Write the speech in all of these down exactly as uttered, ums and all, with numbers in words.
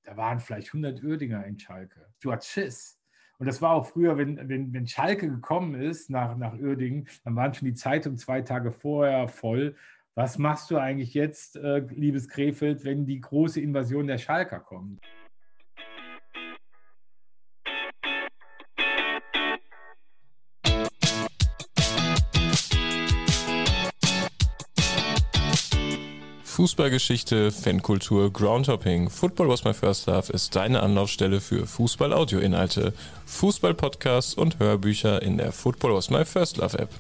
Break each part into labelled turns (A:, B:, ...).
A: da waren vielleicht hundert Uerdinger in Schalke. Du hattest Schiss. Und das war auch früher, wenn, wenn, wenn Schalke gekommen ist nach, nach Uerdingen, dann waren schon die Zeitungen zwei Tage vorher voll. Was machst du eigentlich jetzt, äh, liebes Krefeld, wenn die große Invasion der Schalker kommt?
B: Fußballgeschichte, Fankultur, Groundhopping. Football Was My First Love ist deine Anlaufstelle für Fußball-Audio-Inhalte, Fußball-Podcasts und Hörbücher in der Football Was My First Love App.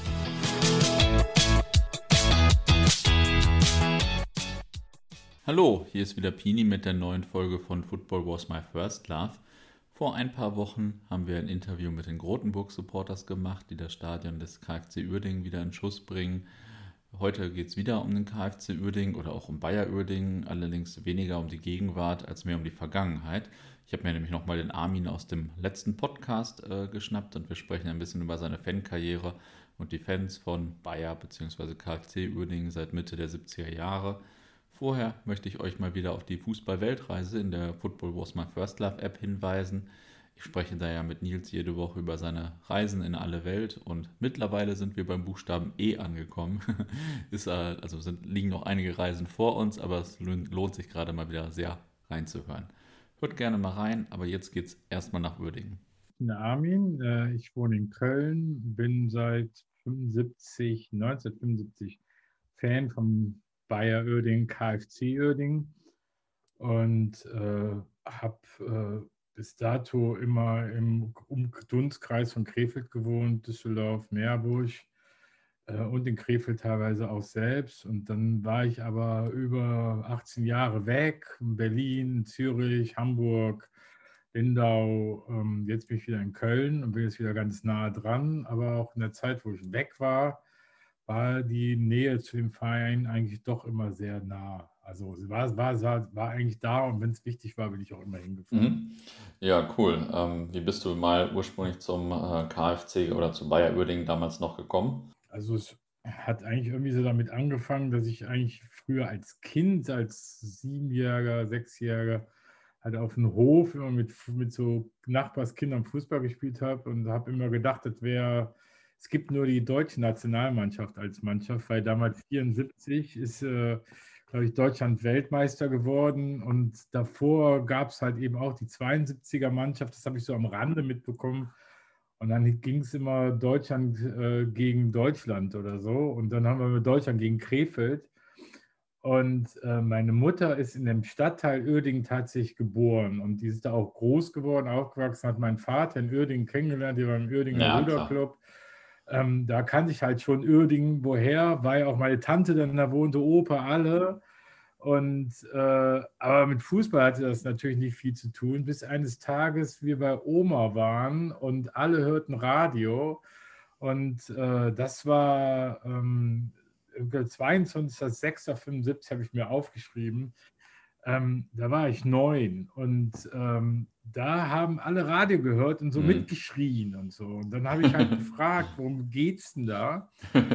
C: Hallo, hier ist wieder Pini mit der neuen Folge von Football Was My First Love. Vor ein paar Wochen haben wir ein Interview mit den Grotenburg-Supporters gemacht, die das Stadion des KfC Uerdingen wieder in Schuss bringen. Heute geht es wieder um den KfC Uerdingen oder auch um Bayer Uerdingen, allerdings weniger um die Gegenwart als mehr um die Vergangenheit. Ich habe mir nämlich nochmal den Armin aus dem letzten Podcast äh, geschnappt und wir sprechen ein bisschen über seine Fankarriere und die Fans von Bayer bzw. KfC Uerdingen seit Mitte der siebziger Jahre. Vorher möchte ich euch mal wieder auf die Fußball-Weltreise in der Football Was My First Love App hinweisen. Ich spreche da ja mit Nils jede Woche über seine Reisen in alle Welt und mittlerweile sind wir beim Buchstaben E angekommen. Ist, also sind, liegen noch einige Reisen vor uns, aber es lohnt sich gerade mal wieder sehr reinzuhören. Hört gerne mal rein, aber jetzt geht es erstmal nach Uerdingen.
A: Ich bin Armin, ich wohne in Köln, bin seit fünfundsiebzig, neunzehnhundertfünfundsiebzig Fan vom Bayer Uerdingen, KfC Uerdingen und äh, habe äh, bis dato immer im Dunstkreis von Krefeld gewohnt, Düsseldorf, Meerburg äh, und in Krefeld teilweise auch selbst. Und dann war ich aber über achtzehn Jahre weg, in Berlin, Zürich, Hamburg, Lindau. Ähm, jetzt bin ich wieder in Köln und bin jetzt wieder ganz nah dran. Aber auch in der Zeit, wo ich weg war, war die Nähe zu dem Verein eigentlich doch immer sehr nah. Also sie war, war, war eigentlich da und wenn es wichtig war, bin ich auch immer hingefahren.
C: Mhm. Ja, cool. Ähm, wie bist du mal ursprünglich zum äh, KfC oder zu Bayer Uerdingen damals noch gekommen?
A: Also es hat eigentlich irgendwie so damit angefangen, dass ich eigentlich früher als Kind, als Siebenjähriger, Sechsjähriger, halt auf dem Hof immer mit, mit so Nachbarskindern Fußball gespielt habe und habe immer gedacht, das wäre, es gibt nur die deutsche Nationalmannschaft als Mannschaft, weil damals vierundsiebzig ist, äh, glaube ich, Deutschland Weltmeister geworden und davor gab es halt eben auch die zweiundsiebziger Mannschaft, das habe ich so am Rande mitbekommen und dann ging es immer Deutschland äh, gegen Deutschland oder so und dann haben wir mit Deutschland gegen Krefeld und äh, meine Mutter ist in dem Stadtteil Uerdingen tatsächlich geboren und die ist da auch groß geworden, aufgewachsen, hat meinen Vater in Uerdingen kennengelernt, der war im Uerdinger
C: Ja,
A: Ruderclub. Ähm, da kannte ich halt schon Uerdingen, woher, weil auch meine Tante dann da wohnte, Opa, alle. Und, äh, aber mit Fußball hatte das natürlich nicht viel zu tun, bis eines Tages wir bei Oma waren und alle hörten Radio. Und äh, das war ähm, zweiundzwanzigster sechster fünfundsiebzig habe ich mir aufgeschrieben. Ähm, da war ich neun und ähm, da haben alle Radio gehört und so
C: Mhm.
A: mitgeschrien und so. Und dann habe ich halt gefragt, worum geht's denn da?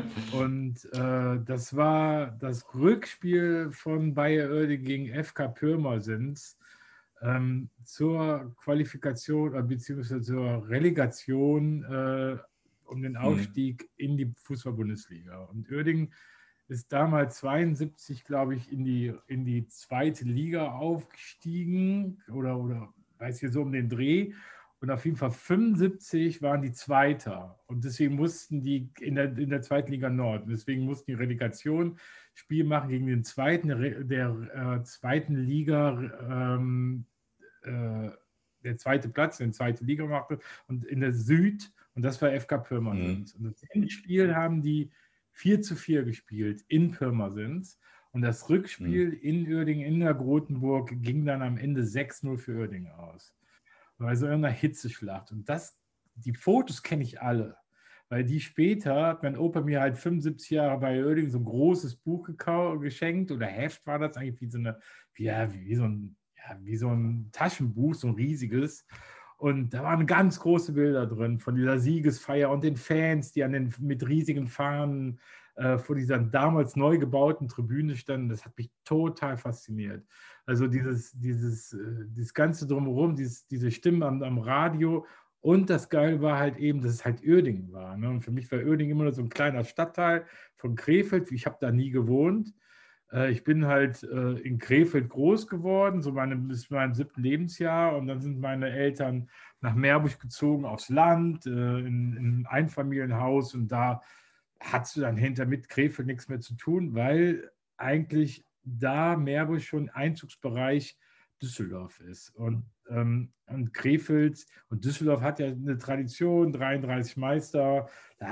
A: Und äh, das war das Rückspiel von Bayer Uerdingen gegen F K Pirmasens ähm, zur Qualifikation äh, beziehungsweise zur Relegation äh, um den Aufstieg in die Fußball-Bundesliga. Und Uerdingen ist damals zweiundsiebzig, glaube ich, in die, in die zweite Liga aufgestiegen oder, oder weiß ich so um den Dreh. Und auf jeden Fall fünfundsiebzig waren die Zweiter. Und deswegen mussten die in der, in der zweiten Liga Nord. Und deswegen mussten die Relegation Spiel machen gegen den zweiten der äh, zweiten Liga, ähm, äh, der zweite Platz, den zweite Liga machte. Und in der Süd, und das war F K Pirmasens.
C: Mhm.
A: Und das Endspiel haben die vier zu vier gespielt in Pirmasens. Und das Rückspiel in Uerdingen, in der Grotenburg, ging dann am Ende sechs null für Uerdingen aus. Also in einer Hitzeschlacht. Und das, die Fotos kenne ich alle. Weil die später hat mein Opa mir halt fünfundsiebzig Jahre bei Uerdingen so ein großes Buch gekau- geschenkt. Oder Heft war das eigentlich, wie so, eine, wie, ja, wie, so ein, ja, wie so ein Taschenbuch, so ein riesiges. Und da waren ganz große Bilder drin von dieser Siegesfeier und den Fans, die an den, mit riesigen Fahnen äh, vor dieser damals neu gebauten Tribüne standen. Das hat mich total fasziniert. Also dieses, dieses, äh, dieses ganze Drumherum, dieses, diese Stimmen am, am Radio. Und das Geile war halt eben, dass es halt Uerdingen war. Ne? Und für mich war Uerdingen immer nur so ein kleiner Stadtteil von Krefeld. Ich habe da nie gewohnt. Äh, ich bin halt äh, in Krefeld groß geworden, so meine, bis meinem siebten Lebensjahr. Und dann sind meine Eltern nach Meerbusch gezogen, aufs Land, äh, in, in ein Einfamilienhaus. Und da hattest du dann hinter mit Krefeld nichts mehr zu tun, weil eigentlich da Meerbusch schon Einzugsbereich Düsseldorf ist. Und, ähm, und Krefeld und Düsseldorf hat ja eine Tradition, dreiunddreißig Meister.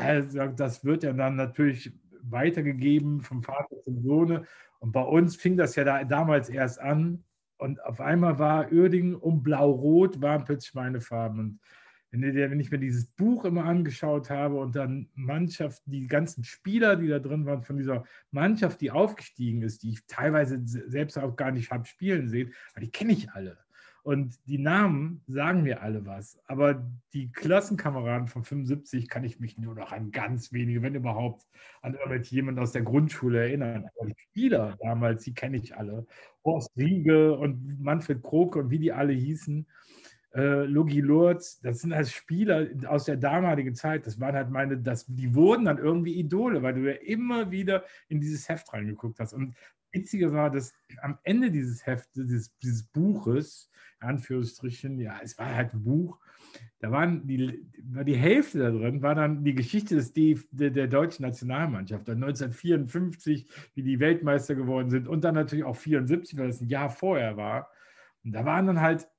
A: Das wird ja dann natürlich weitergegeben vom Vater zum Sohne. Und bei uns fing das ja da, damals erst an. Und auf einmal war Uerdingen um Blau-Rot, waren plötzlich meine Farben. Und wenn ich mir dieses Buch immer angeschaut habe und dann Mannschaft, die ganzen Spieler, die da drin waren, von dieser Mannschaft, die aufgestiegen ist, die ich teilweise selbst auch gar nicht habe spielen sehen, aber die kenne ich alle. Und die Namen sagen mir alle was. Aber die Klassenkameraden von fünfundsiebzig kann ich mich nur noch an ganz wenige, wenn überhaupt, an jemanden aus der Grundschule erinnern. Aber die Spieler damals, die kenne ich alle. Horst Riege und Manfred Kroke und wie die alle hießen. Äh, Logi Lurz, das sind halt Spieler aus der damaligen Zeit, das waren halt meine, das, die wurden dann irgendwie Idole, weil du ja immer wieder in dieses Heft reingeguckt hast. Und Witzige war, dass am Ende dieses Heftes, dieses, dieses Buches, in Anführungsstrichen, ja, es war halt ein Buch, da waren die, war die Hälfte da drin, war dann die Geschichte des D F, der, der deutschen Nationalmannschaft, dann neunzehnhundertvierundfünfzig, wie die Weltmeister geworden sind und dann natürlich auch vierundsiebzig, weil das ein Jahr vorher war. Und da waren dann halt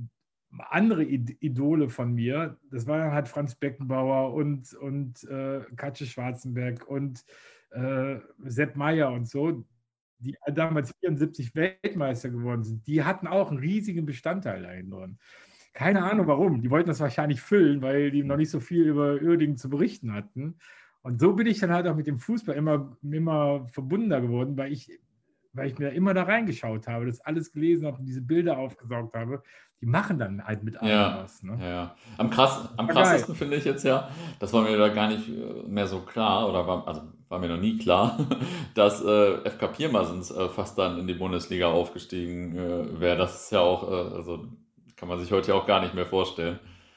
A: andere Idole von mir, das war dann halt Franz Beckenbauer und, und äh, Katja Schwarzenberg und äh, Sepp Maier und so, die damals vierundsiebzig Weltmeister geworden sind, die hatten auch einen riesigen Bestandteil dahin drin. Keine Ahnung warum, die wollten das wahrscheinlich füllen, weil die noch nicht so viel über Uerdingen zu berichten hatten. Und so bin ich dann halt auch mit dem Fußball immer, immer verbundener geworden, weil ich, weil ich mir immer da reingeschaut habe, das alles gelesen habe und diese Bilder aufgesaugt habe. Die machen dann halt mit allem
C: Ja,
A: was. Ne?
C: ja. Am, krass, am
A: War
C: krassesten
A: geil.
C: finde ich jetzt ja, das war mir da gar nicht äh, mehr so klar, oder war, also war mir noch nie klar, dass äh, F K Pirmasens äh, fast dann in die Bundesliga aufgestiegen äh, wäre. Das ist ja auch, äh, also kann man sich heute ja auch gar nicht mehr vorstellen.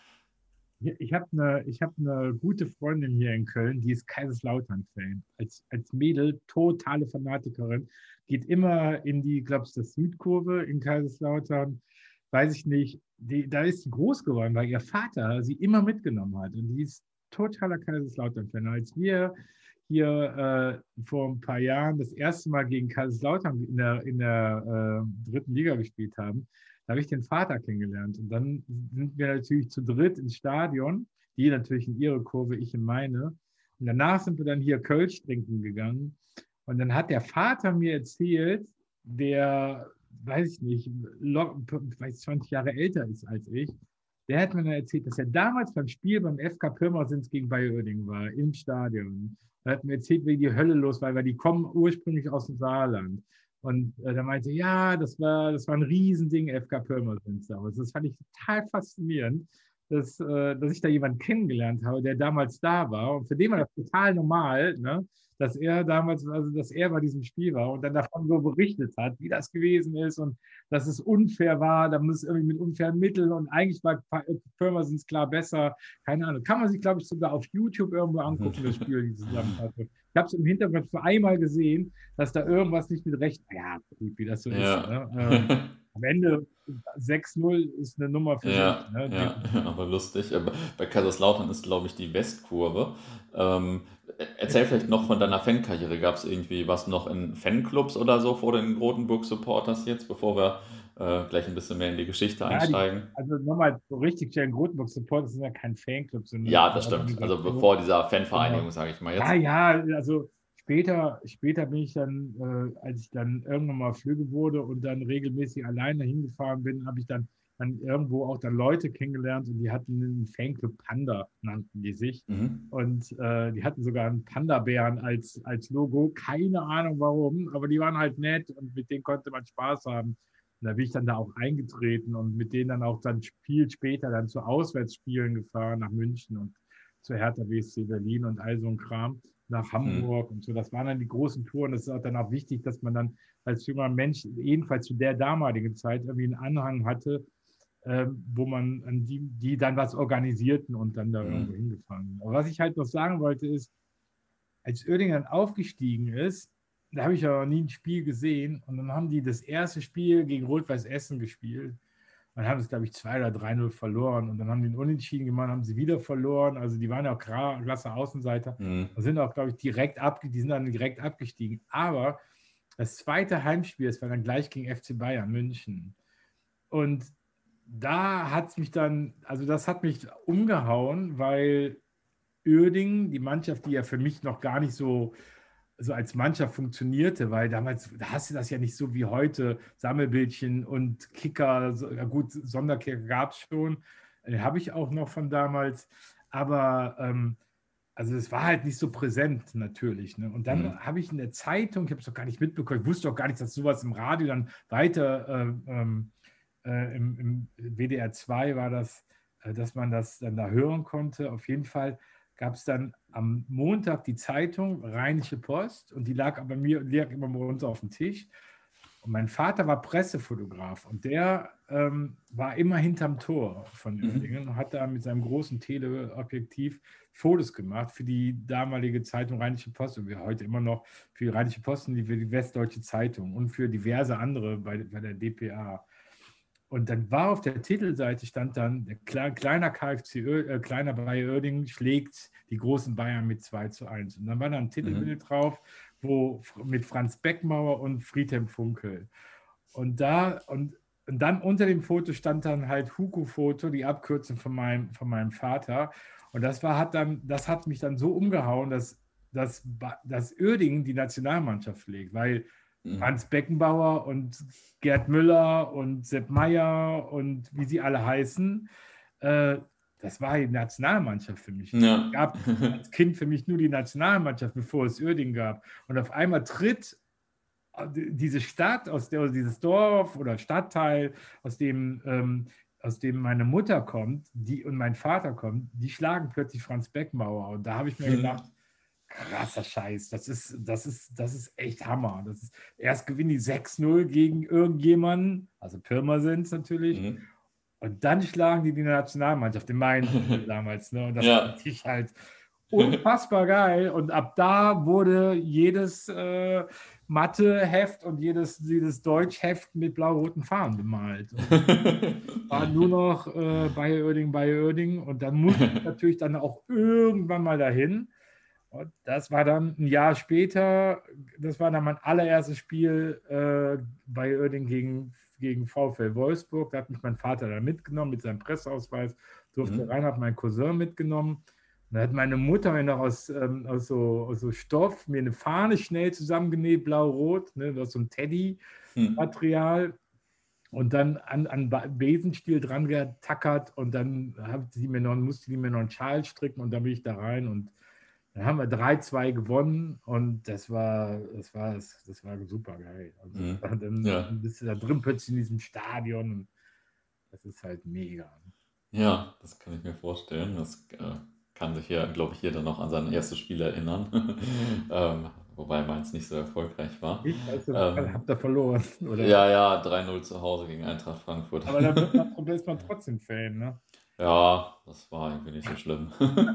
A: Ich ich habe eine, ich hab eine gute Freundin hier in Köln, die ist Kaiserslautern-Fan. Als, als Mädel, totale Fanatikerin, geht immer in die, glaube ich, das Südkurve in Kaiserslautern, weiß ich nicht, die, da ist sie groß geworden, weil ihr Vater sie immer mitgenommen hat. Und die ist totaler Kaiserslautern-Fan. Als wir hier äh, vor ein paar Jahren das erste Mal gegen Kaiserslautern in der, in der äh, dritten Liga gespielt haben, da habe ich den Vater kennengelernt. Und dann sind wir natürlich zu dritt ins Stadion, die natürlich in ihre Kurve, ich in meine. Und danach sind wir dann hier Kölsch trinken gegangen. Und dann hat der Vater mir erzählt, der, weiß ich nicht, weiß zwanzig Jahre älter ist als ich, der hat mir dann erzählt, dass er damals beim Spiel beim F K Pirmasens gegen Bayer Uerdingen war, im Stadion. Er hat mir erzählt, wie die Hölle los war, weil die kommen ursprünglich aus dem Saarland. Und äh, da meinte, ja, das war, das war ein Riesending, F K Pirmasens damals. Das fand ich total faszinierend, dass, äh, dass ich da jemanden kennengelernt habe, der damals da war. Und für den war das total normal, ne? Dass er damals, also dass er bei diesem Spiel war und dann davon so berichtet hat, wie das gewesen ist und dass es unfair war, da muss es irgendwie mit unfairen Mitteln und eigentlich war Pirmasens klar besser. Keine Ahnung. Kann man sich, glaube ich, sogar auf YouTube irgendwo angucken, das Spiel, die Zusammenfassung. Ich habe es im Hintergrund für einmal gesehen, dass da irgendwas nicht mit Recht, ja, wie das so
C: Ja.
A: ist. Ne? Ähm, am Ende sechs null ist eine Nummer für
C: Ja,
A: sich. Ne?
C: ja, aber lustig. Aber bei Kaiserslautern ist, glaube ich, die Westkurve. Ähm, erzähl vielleicht noch von deiner Fankarriere. Gab es irgendwie was noch in Fanclubs oder so vor den Grotenburg-Supporters jetzt, bevor wir äh, gleich ein bisschen mehr in die Geschichte
A: Ja, die,
C: einsteigen?
A: also nochmal so richtig stellen, Grotenburg-Support, das sind ja kein Fanclub, sondern
C: Ja,
A: eine
C: das stimmt. Also
A: Organisation.
C: bevor dieser Fanvereinigung,
A: Genau.
C: sage ich mal
A: Ja,
C: jetzt.
A: ja, also später, später bin ich dann, äh, als ich dann irgendwann mal flügge wurde und dann regelmäßig alleine hingefahren bin, habe ich dann, dann irgendwo auch dann Leute kennengelernt und die hatten einen Fanclub Panda, nannten die sich.
C: Mhm.
A: Und äh, die hatten sogar einen Panda-Bären als, als Logo. Keine Ahnung warum, aber die waren halt nett und mit denen konnte man Spaß haben. Und da bin ich dann da auch eingetreten und mit denen dann auch dann viel später dann zu Auswärtsspielen gefahren nach München und zu Hertha B S C Berlin und all so ein Kram. Und nach Hamburg mhm. und so. Das waren dann die großen Touren. Das ist auch dann auch wichtig, dass man dann als junger Mensch, jedenfalls zu der damaligen Zeit, irgendwie einen Anhang hatte, äh, wo man an die, die dann was organisierten und dann da mhm. irgendwo hingefahren sind. Aber was ich halt noch sagen wollte, ist, als Uerdingen dann aufgestiegen ist, da habe ich ja noch nie ein Spiel gesehen. Und dann haben die das erste Spiel gegen Rot-Weiß Essen gespielt. Dann haben sie, glaube ich, zwei oder drei null verloren. Und dann haben die einen Unentschieden gemacht, haben sie wieder verloren. Also die waren ja auch klasse Außenseiter. Mhm. Und sind auch, glaube ich, direkt abge- die sind dann direkt abgestiegen. Aber das zweite Heimspiel, das war dann gleich gegen F C Bayern München. Und da hat es mich dann, also das hat mich umgehauen, weil Uerdingen, die Mannschaft, die ja für mich noch gar nicht so, so als Mannschaft funktionierte, weil damals, da hast du das ja nicht so wie heute, Sammelbildchen und Kicker, so, ja gut, Sonderkicker gab es schon, den habe ich auch noch von damals, aber ähm, also es war halt nicht so präsent natürlich. Ne? Und dann mhm. habe ich in der Zeitung, ich habe es doch gar nicht mitbekommen, ich wusste doch gar nicht, dass sowas im Radio dann weiter äh, ähm, äh, im, im W D R zwei war das, äh, dass man das dann da hören konnte. Auf jeden Fall gab es dann am Montag die Zeitung Rheinische Post und die lag aber mir lag immer bei uns auf dem Tisch. Und mein Vater war Pressefotograf und der ähm, war immer hinterm Tor von Uerdingen mhm. und hat da mit seinem großen Teleobjektiv Fotos gemacht für die damalige Zeitung Rheinische Post und wir heute immer noch für die Rheinische Post und für die Westdeutsche Zeitung und für diverse andere bei, bei der D P A. Und dann war auf der Titelseite stand dann, der kleiner K F C, äh, kleiner Bayer Uerdingen schlägt die großen Bayern mit zwei zu eins. Und dann war da ein Titelbild mhm. drauf, wo mit Franz Beckenbauer und Friedhelm Funkel. Und da, und, und dann unter dem Foto stand dann halt Hugo-Foto, die Abkürzung von meinem, von meinem Vater. Und das war, hat dann, das hat mich dann so umgehauen, dass, dass, dass Uerdingen die Nationalmannschaft pflegt, weil Franz Beckenbauer und Gerd Müller und Sepp Meier und wie sie alle heißen, äh, das war die Nationalmannschaft für mich.
C: Ja.
A: Es gab als Kind für mich nur die Nationalmannschaft, bevor es Uerdingen gab. Und auf einmal tritt diese Stadt, aus der, dieses Dorf oder Stadtteil, aus dem, ähm, aus dem meine Mutter kommt die, und mein Vater kommt, die schlagen plötzlich Franz Beckenbauer. Und da habe ich mir mhm. gedacht, krasser Scheiß, das ist, das ist, das ist echt Hammer. Das ist, erst gewinnen die sechs null gegen irgendjemanden, also Pirmasens natürlich, mhm. und dann schlagen die die Nationalmannschaft, in meinen damals. Ne? Und das
C: ja.
A: fand ich halt unfassbar geil. Und ab da wurde jedes äh, Matheheft und jedes, jedes Deutschheft mit blau-roten Farben bemalt. Und war nur noch äh, Bayer Uerdingen, Bayer Uerdingen. Und dann musste ich natürlich dann auch irgendwann mal dahin. Und das war dann ein Jahr später, das war dann mein allererstes Spiel äh, bei Uerdingen gegen, gegen VfL Wolfsburg. Da hat mich mein Vater da mitgenommen mit seinem Presseausweis, durfte mhm. rein, hat meinen Cousin mitgenommen. Und da hat meine Mutter mir noch aus, ähm, aus, so, aus so Stoff mir eine Fahne schnell zusammengenäht, blau-rot, ne, aus so einem Teddy-Material. Mhm. Und dann an, an Besenstiel dran getackert und dann hat sie mir noch, musste die mir noch einen Schal stricken und dann bin ich da rein und dann haben wir drei zwei gewonnen und das war, das war, das war super geil. Also mhm. dann, ja. dann bist du da drin plötzlich in diesem Stadion und das ist halt mega.
C: Ja, das kann ich mir vorstellen. Das äh, kann sich ja, glaube ich, jeder noch an sein erstes Spiel erinnern. ähm, wobei meins nicht so erfolgreich war.
A: Ich weiß, ähm, habt ihr verloren, oder?
C: Ja, ja, drei null zu Hause gegen Eintracht Frankfurt.
A: Aber da wird man, ist man trotzdem Fan, ne?
C: Ja, das war irgendwie nicht so schlimm.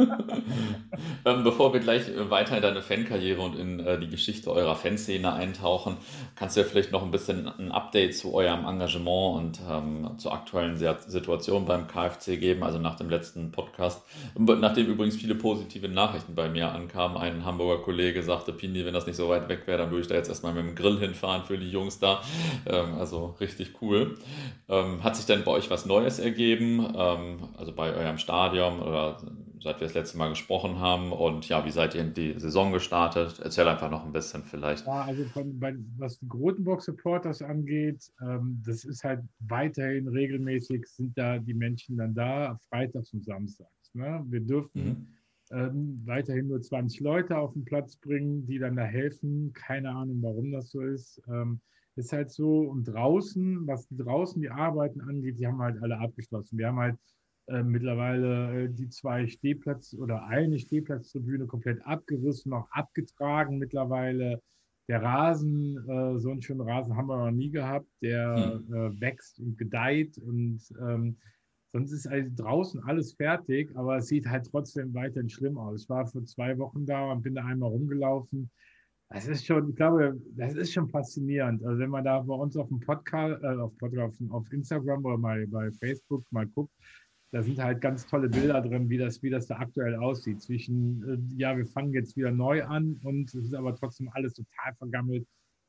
C: ähm, bevor wir gleich weiter in deine Fankarriere und in äh, die Geschichte eurer Fanszene eintauchen, kannst du ja vielleicht noch ein bisschen ein Update zu eurem Engagement und ähm, zur aktuellen Situation beim K F C geben, also nach dem letzten Podcast, nachdem übrigens viele positive Nachrichten bei mir ankamen. Ein Hamburger Kollege sagte, Pini, wenn das nicht so weit weg wäre, dann würde ich da jetzt erstmal mit dem Grill hinfahren für die Jungs da. Ähm, also richtig cool. Ähm, hat sich denn bei euch was Neues ergeben? Ähm, also bei eurem Stadion oder seit wir das letzte Mal gesprochen haben und ja, wie seid ihr in die Saison gestartet? Erzähl einfach noch ein bisschen vielleicht.
A: Ja, also von, bei, was die Grotenburg-Supporters angeht, ähm, das ist halt weiterhin regelmäßig, sind da die Menschen dann da, freitags und samstags. Ne? Wir dürfen mhm. ähm, weiterhin nur zwanzig Leute auf den Platz bringen, die dann da helfen. Keine Ahnung, warum das so ist. Ähm, ist halt so, und draußen, was draußen die Arbeiten angeht, die haben halt alle abgeschlossen. Wir haben halt äh, mittlerweile äh, die zwei Stehplatz- oder eine Stehplatztribüne komplett abgerissen, auch abgetragen mittlerweile. Der Rasen, äh, so einen schönen Rasen haben wir noch nie gehabt, der
C: Hm.
A: äh, wächst und gedeiht und ähm, sonst ist also draußen alles fertig, aber es sieht halt trotzdem weiterhin schlimm aus. Ich war vor zwei Wochen da und bin da einmal rumgelaufen. Das ist schon, ich glaube, das ist schon faszinierend. Also wenn man da bei uns auf dem Podcast, äh, auf, Podcast auf, auf Instagram oder mal bei Facebook mal guckt, da sind halt ganz tolle Bilder drin, wie das, wie das da aktuell aussieht. Zwischen, äh, ja, wir fangen jetzt wieder neu an und es ist aber trotzdem alles total vergammelt.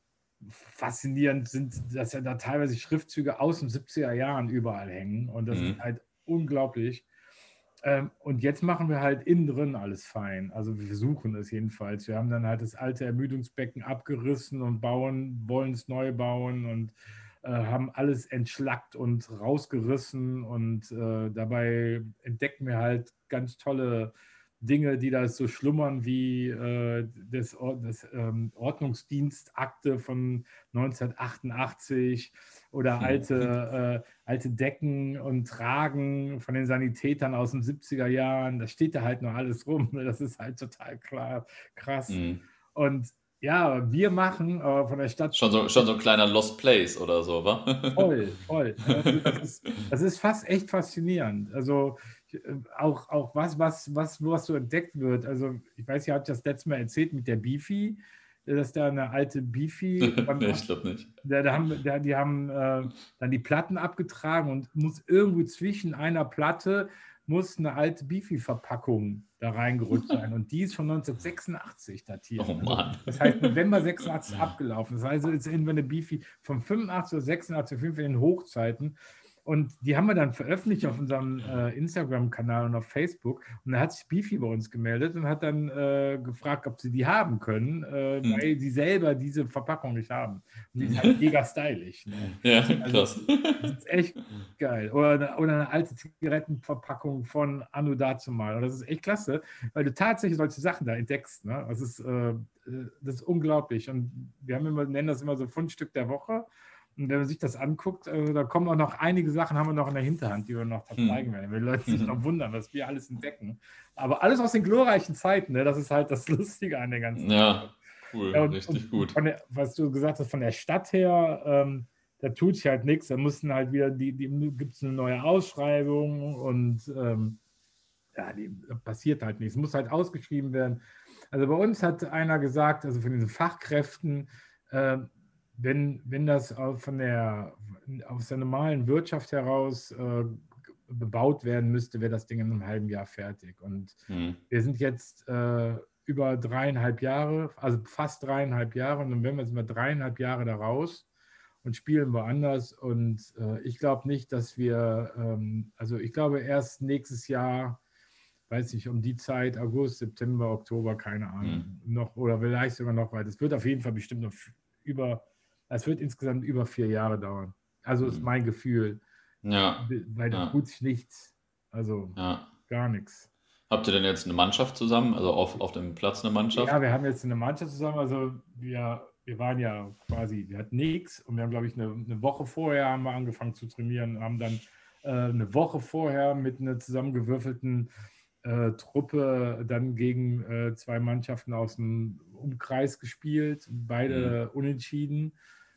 A: Faszinierend sind, dass ja da teilweise Schriftzüge aus den siebziger Jahren überall hängen und das
C: Mhm.
A: ist halt unglaublich. Ähm, und jetzt machen wir halt innen drin alles fein. Also wir versuchen es jedenfalls. Wir haben dann halt das alte Ermüdungsbecken abgerissen und bauen, wollen es neu bauen und äh, haben alles entschlackt und rausgerissen und äh, dabei entdecken wir halt ganz tolle Dinge, die da so schlummern wie äh, das, das ähm, Ordnungsdienstakte von neunzehnhundertachtundachtzig oder alte, äh, alte Decken und Tragen von den Sanitätern aus den siebziger Jahren. Das steht da halt noch alles rum. Das ist halt total klar, krass.
C: Mhm.
A: Und ja, wir machen äh, von der Stadt.
C: Schon so, schon so ein kleiner Lost Place oder so, wa?
A: Voll, voll. Also das ist, das ist fast echt faszinierend. Also auch, auch was, was, was, was so entdeckt wird. Also ich weiß, ihr habt das letzte Mal erzählt mit der Bifi, dass da eine alte Bifi,
C: Nee, ich glaube nicht.
A: da, da haben, da, die haben äh, dann die Platten abgetragen und muss irgendwo zwischen einer Platte muss eine alte Bifi-Verpackung da reingerutscht sein. Und die ist von neunzehnhundertsechsundachtzig datiert.
C: Oh Mann.
A: Also, das heißt, November sechsundachtzig abgelaufen. Das heißt, jetzt sind wir eine Bifi von fünfundachtzig oder sechsundachtzig, auf jeden Fall in den Hochzeiten. Und die haben wir dann veröffentlicht auf unserem äh, Instagram-Kanal und auf Facebook. Und da hat sich Bifi bei uns gemeldet und hat dann äh, gefragt, ob sie die haben können, äh,
C: Hm.
A: weil sie selber diese Verpackung nicht haben. Und die ist halt mega stylisch. Ne?
C: Ja,
A: Also,
C: krass.
A: das ist echt geil. Oder eine, oder eine alte Zigarettenverpackung von Anno dazumal. Und das ist echt klasse, weil du tatsächlich solche Sachen da entdeckst. Ne? Das ist, äh, das ist unglaublich. Und wir haben immer, nennen das immer so Fundstück der Woche. Und wenn man sich das anguckt, also da kommen auch noch einige Sachen, haben wir noch in der Hinterhand, die wir noch zeigen werden. Wenn Leute sich noch wundern, was wir alles entdecken. Aber alles aus den glorreichen Zeiten, ne? Das ist halt das Lustige an der ganzen
C: Ja,
A: Sache.
C: cool,
A: Ja, und,
C: richtig
A: und
C: gut.
A: Von der, was du gesagt hast, von der Stadt her, ähm, da tut sich halt nichts. Da mussten halt wieder, die, die gibt es eine neue Ausschreibung und ähm, ja, die, da passiert halt nichts. Es muss halt ausgeschrieben werden. Also bei uns hat einer gesagt, also von diesen Fachkräften, äh, wenn, wenn das von der, aus der normalen Wirtschaft heraus äh, bebaut werden müsste, wäre das Ding in einem halben Jahr fertig. Und
C: Hm.
A: wir sind jetzt äh, über dreieinhalb Jahre, also fast dreieinhalb Jahre, und dann werden wir jetzt mal dreieinhalb Jahre da raus und spielen woanders. Und äh, ich glaube nicht, dass wir, ähm, also ich glaube erst nächstes Jahr, weiß nicht, um die Zeit, August, September, Oktober, keine Ahnung,
C: Hm.
A: noch oder vielleicht sogar noch weiter. Es wird auf jeden Fall bestimmt noch über, es wird insgesamt über vier Jahre dauern. Also ist
C: Hm.
A: mein Gefühl,
C: Ja,
A: weil da
C: ja,
A: tut sich nichts, also
C: ja.
A: gar nichts.
C: Habt ihr denn jetzt eine Mannschaft zusammen? Also auf, auf dem Platz eine Mannschaft?
A: Ja, wir haben jetzt eine Mannschaft zusammen, also wir, wir waren ja quasi, wir hatten nichts und wir haben, glaube ich, eine, eine Woche vorher haben wir angefangen zu trainieren, haben dann äh, eine Woche vorher mit einer zusammengewürfelten äh, Truppe dann gegen äh, zwei Mannschaften aus dem Umkreis gespielt, beide
C: Hm.
A: unentschieden.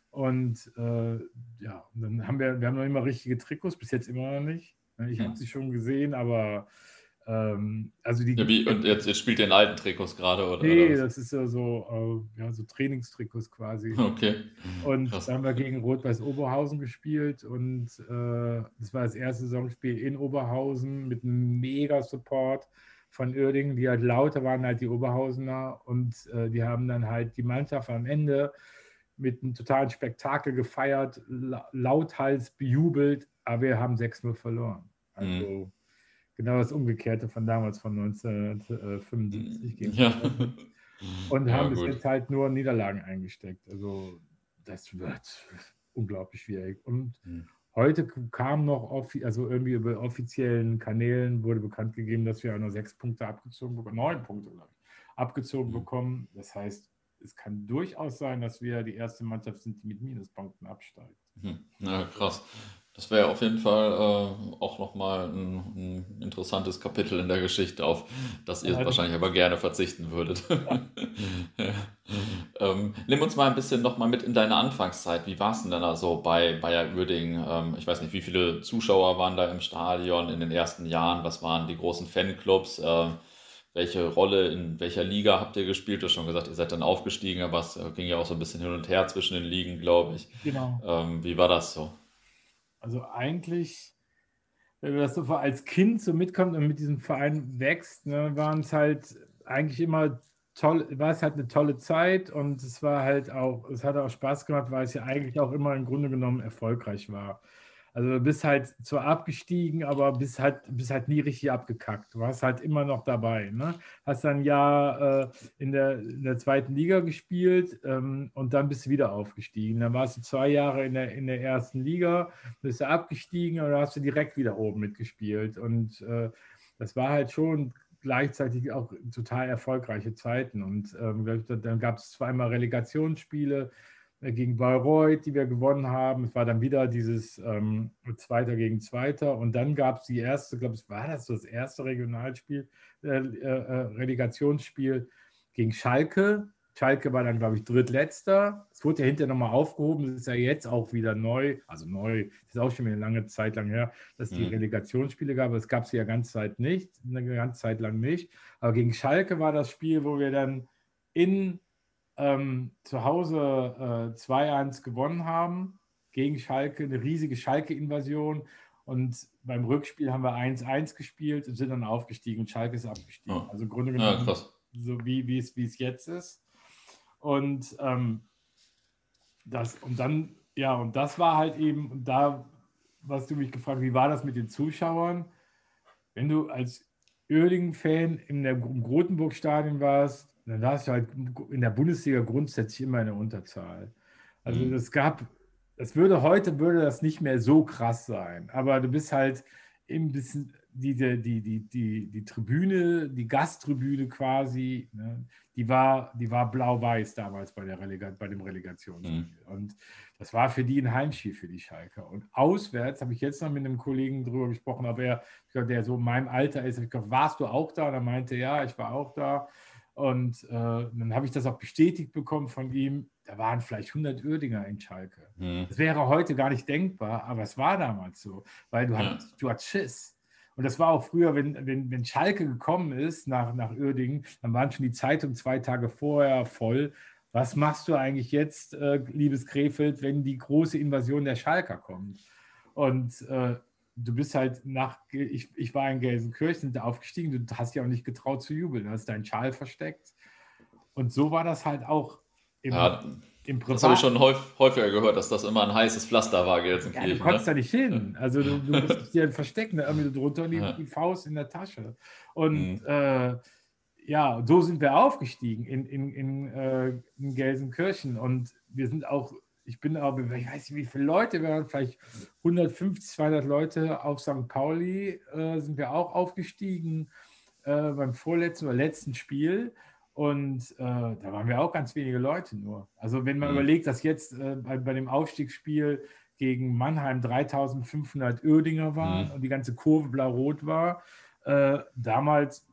A: Und äh, ja, und dann haben wir, wir haben noch immer richtige Trikots, bis jetzt immer noch nicht. Ich habe
C: Hm.
A: sie schon gesehen, aber ähm, also die
C: Ja, wie, und jetzt, jetzt spielt ihr in alten Trikots gerade, oder?
A: Nee,
C: oder was?
A: das ist ja so, äh, ja, so Trainingstrikots quasi.
C: Okay,
A: Und
C: krass.
A: da haben wir gegen Rot-Weiß Oberhausen gespielt und äh, das war das erste Saisonspiel in Oberhausen mit einem mega Support von Uerdingen, die halt lauter waren als die Oberhausener und äh, die haben dann halt die Mannschaft am Ende mit einem totalen Spektakel gefeiert, la lauthals bejubelt, aber wir haben sechs null verloren. Also
C: Hm.
A: genau das Umgekehrte von damals, von neunzehnhundertfünfundsiebzig gegen
C: Ja.
A: Dortmund. Und
C: Ja,
A: haben bis
C: gut.
A: jetzt halt nur Niederlagen eingesteckt. Also das wird unglaublich schwierig. Und
C: Hm.
A: heute kam noch, offi- also irgendwie über offiziellen Kanälen wurde bekannt gegeben, dass wir auch nur sechs Punkte abgezogen bekommen, neun Punkte, glaube ich, abgezogen
C: Hm.
A: bekommen. Das heißt, es kann durchaus sein, dass wir die erste Mannschaft sind, die mit Minuspunkten absteigt.
C: Hm. Ja, krass. Das wäre auf jeden Fall äh, auch nochmal ein, ein interessantes Kapitel in der Geschichte, auf das ihr
A: Ja,
C: wahrscheinlich aber gerne verzichten würdet. Ja. Ähm, nimm uns mal ein bisschen nochmal mit in deine Anfangszeit. Wie war es denn dann da so bei Bayer Uerdingen? Ähm, ich weiß nicht, wie viele Zuschauer waren da im Stadion in den ersten Jahren? Was waren die großen Fanclubs? Äh, welche Rolle in welcher Liga habt ihr gespielt? Du hast schon gesagt, ihr seid dann aufgestiegen, aber es äh, ging ja auch so ein bisschen hin und her zwischen den Ligen, glaube ich.
A: genau.
C: Ähm, wie war das so?
A: Also eigentlich, wenn man das so als Kind so mitkommt und mit diesem Verein wächst, ne, waren es halt eigentlich immer toll, war es halt eine tolle Zeit und es war halt auch, es hat auch Spaß gemacht, weil es ja eigentlich auch immer im Grunde genommen erfolgreich war. Also du bist halt zwar abgestiegen, aber bist halt, bist halt nie richtig abgekackt. Du warst halt immer noch dabei. Ne? Hast dann ein Jahr äh, in der, in der zweiten Liga gespielt ähm, und dann bist du wieder aufgestiegen. Dann warst du zwei Jahre in der, in der ersten Liga, bist du abgestiegen und dann hast du direkt wieder oben mitgespielt. Und äh, das war halt schon gleichzeitig auch total erfolgreiche Zeiten. Und ähm, dann gab es zweimal Relegationsspiele gegen Bayreuth, die wir gewonnen haben. Es war dann wieder dieses ähm, Zweiter gegen Zweiter. Und dann gab es die erste, glaube ich, war das so das erste Regionalspiel, äh, äh, Relegationsspiel gegen Schalke. Schalke war dann, glaube ich, drittletzter. Es wurde ja hinterher nochmal aufgehoben. Das ist ja jetzt auch wieder neu. Also neu, das ist auch schon wieder eine lange Zeit lang her, dass es die
C: Mhm.
A: Relegationsspiele gab. Aber es gab sie ja ganze Zeit nicht, eine ganze Zeit lang nicht. Aber gegen Schalke war das Spiel, wo wir dann in ähm, zu Hause äh, zwei eins gewonnen haben gegen Schalke, eine riesige Schalke-Invasion. Und beim Rückspiel haben wir eins eins gespielt und sind dann aufgestiegen und Schalke ist abgestiegen.
C: Ja.
A: Also im Grunde
C: Ja,
A: genommen
C: krass.
A: so wie, wie, es, wie es jetzt ist. Und ähm, das, und dann, ja, und das war halt eben, und da, was du mich gefragt hast, wie war das mit den Zuschauern? Wenn du als Uerdingen-Fan in der, im Grotenburg-Stadion warst, dann warst du halt in der Bundesliga grundsätzlich immer in der Unterzahl. Also
C: Mhm.
A: das gab, das würde heute würde das nicht mehr so krass sein, aber du bist halt ein bisschen die, die, die, die, die, die Tribüne, die Gasttribüne quasi, ne, die war, die war blau-weiß damals bei, der Relega bei dem Relegationsspiel.
C: Mhm.
A: Und das war für die ein Heimspiel für die Schalker. Und auswärts habe ich jetzt noch mit einem Kollegen drüber gesprochen, ob er, der so in meinem Alter ist, ich gesagt, warst du auch da? Und er meinte, ja, ich war auch da. Und äh, dann habe ich das auch bestätigt bekommen von ihm. Da waren vielleicht hundert Uerdinger in Schalke.
C: Mhm.
A: Das wäre heute gar nicht denkbar, aber es war damals so, weil du
C: Ja.
A: hattest, du hattest Schiss. Und das war auch früher, wenn, wenn, wenn Schalke gekommen ist nach, nach Uerdingen, dann waren schon die Zeitungen zwei Tage vorher voll. Was machst du eigentlich jetzt, äh, liebes Krefeld, wenn die große Invasion der Schalker kommt? Und äh, du bist halt nach, ich, ich war in Gelsenkirchen aufgestiegen, du hast ja auch nicht getraut zu jubeln, du hast deinen Schal versteckt. Und so war das halt auch im,
C: Ja,
A: im
C: das habe ich
A: Privat.
C: schon häuf, häufiger gehört, dass das immer ein heißes Pflaster war,
A: Ja, du
C: Gelsenkirchen,
A: konntest da
C: ne?
A: nicht hin. Also du, du musstest dir verstecken, da irgendwie drunter und die,
C: Ja.
A: die Faust in der Tasche. Und
C: Mhm.
A: äh, ja, so sind wir aufgestiegen in, in, in, äh, in Gelsenkirchen. Und wir sind auch, ich bin auch, ich weiß nicht, wie viele Leute, wir waren vielleicht hundertfünfzig, zweihundert Leute auf Sankt Pauli, äh, sind wir auch aufgestiegen äh, beim vorletzten oder letzten Spiel. Und äh, da waren wir auch ganz wenige Leute nur. Also wenn man
C: Mhm.
A: überlegt, dass jetzt äh, bei, bei dem Aufstiegsspiel gegen Mannheim dreitausendfünfhundert Uerdinger waren
C: Mhm.
A: und die ganze Kurve blau-rot war, äh, damals